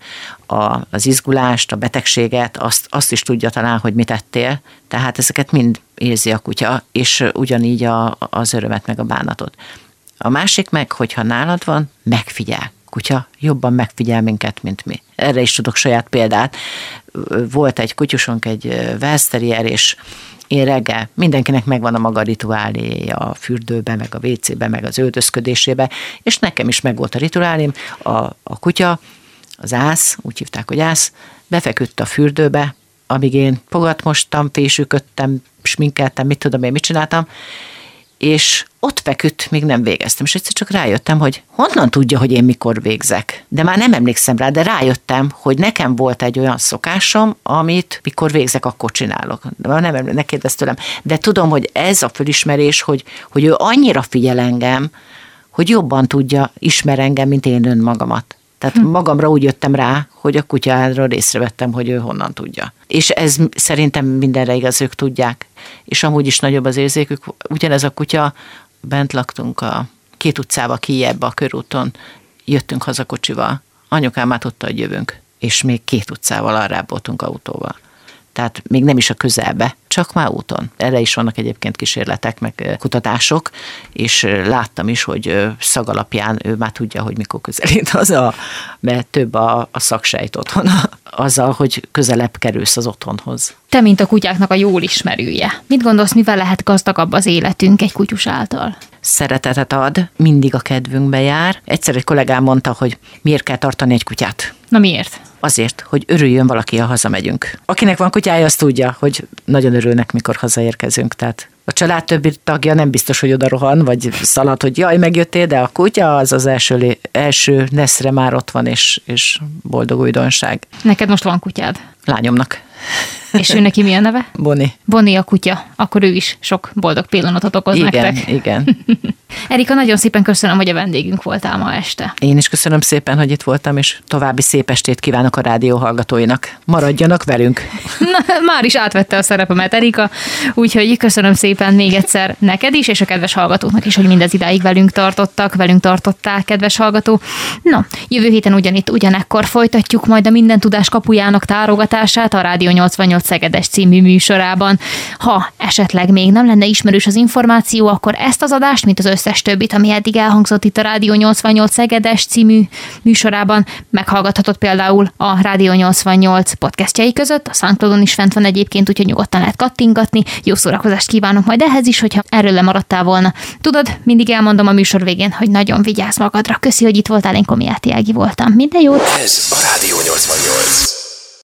az izgulást, a betegséget, azt is tudja talán, hogy mit ettél, tehát ezeket mind érzi a kutya, és ugyanígy az örömet meg a bánatot. A másik meg, hogyha nálad van, megfigyel, kutya jobban megfigyel minket, mint mi. Erre is tudok saját példát. Volt egy kutyusunk, egy Welsh Terrier, és én reggel mindenkinek megvan a maga rituáléja a fürdőbe, meg a WC-be, meg az öltözködésébe, és nekem is megvolt a rituálém. A kutya, az Ász, úgy hívták, hogy Ász, befeküdt a fürdőbe, amíg én fogat mostam, fésüködtem, sminkeltem, mit tudom én, mit csináltam, és ott feküdt, még nem végeztem, és egyszer csak rájöttem, hogy honnan tudja, hogy én mikor végzek. De már nem emlékszem rá, de rájöttem, hogy nekem volt egy olyan szokásom, amit mikor végzek, akkor csinálok. Ne kérdezz tőlem. De tudom, hogy ez a fölismerés, hogy ő annyira figyel engem, hogy jobban tudja, ismer engem, mint én önmagamat. Tehát magamra úgy jöttem rá, hogy a kutyáról észrevettem, hogy ő honnan tudja. És ez szerintem mindenre igaz, ők tudják. És amúgy is nagyobb az érzékük. Ugyanez a kutya, bent laktunk a 2 utcával kijebb a körúton, jöttünk haza kocsival. Anyukám már tudta, hogy jövünk. És még 2 utcával arrább voltunk autóval. Tehát még nem is a közelbe, csak már úton. Erre is vannak egyébként kísérletek, meg kutatások, és láttam is, hogy szag alapján ő már tudja, hogy mikor közelít haza, mert több a szaksejt otthon azzal, hogy közelebb kerülsz az otthonhoz. Te, mint a kutyáknak a jól ismerője. Mit gondolsz, mivel lehet gazdagabb az életünk egy kutyus által? Szeretetet ad, mindig a kedvünkbe jár. Egyszer egy kollégám mondta, hogy miért kell tartani egy kutyát. Na miért? Azért, hogy örüljön valaki, ha hazamegyünk. Akinek van kutyája, az tudja, hogy nagyon örülnek, mikor hazaérkezünk. Tehát a család többi tagja nem biztos, hogy oda rohan, vagy szalad, hogy jaj, megjöttél, de a kutya az az első neszre már ott van, és boldog újdonság. Neked most van kutyád? Lányomnak. És ő neki mi a neve? Boni. Boni a kutya. Akkor ő is sok boldog pillanatot okoz nektek. Igen. Erika, nagyon szépen köszönöm, hogy a vendégünk voltál ma este. Én is köszönöm szépen, hogy itt voltam, és további szép estét kívánok a rádió hallgatóinak. Maradjanak velünk. Na, már is átvette a szerepemet Erika, úgyhogy köszönöm szépen még egyszer neked is, és a kedves hallgatóknak is, hogy mindez idáig velünk tartottál, kedves hallgató. Na, jövő héten ugyanekkor folytatjuk majd a Minden Tudás kapujának tárogatását a Rádió 88 Szegedes című műsorában. Ha esetleg még nem lenne ismerős az információ, akkor ezt az adást, mint az összes többit, ami eddig elhangzott itt a Rádió 88 Szegedes című műsorában, meghallgathatod például a Rádió 88 podcastjai között, a SoundCloudon is fent van egyébként, úgyhogy nyugodtan lehet kattingatni. Jó szórakozást kívánok majd ehhez is, hogyha erről lemaradtál volna. Tudod, mindig elmondom a műsor végén, hogy nagyon vigyázz magadra. Köszi, hogy itt voltál, én Komiáti Ági voltam. Minden jót! Ez a Rádió 88.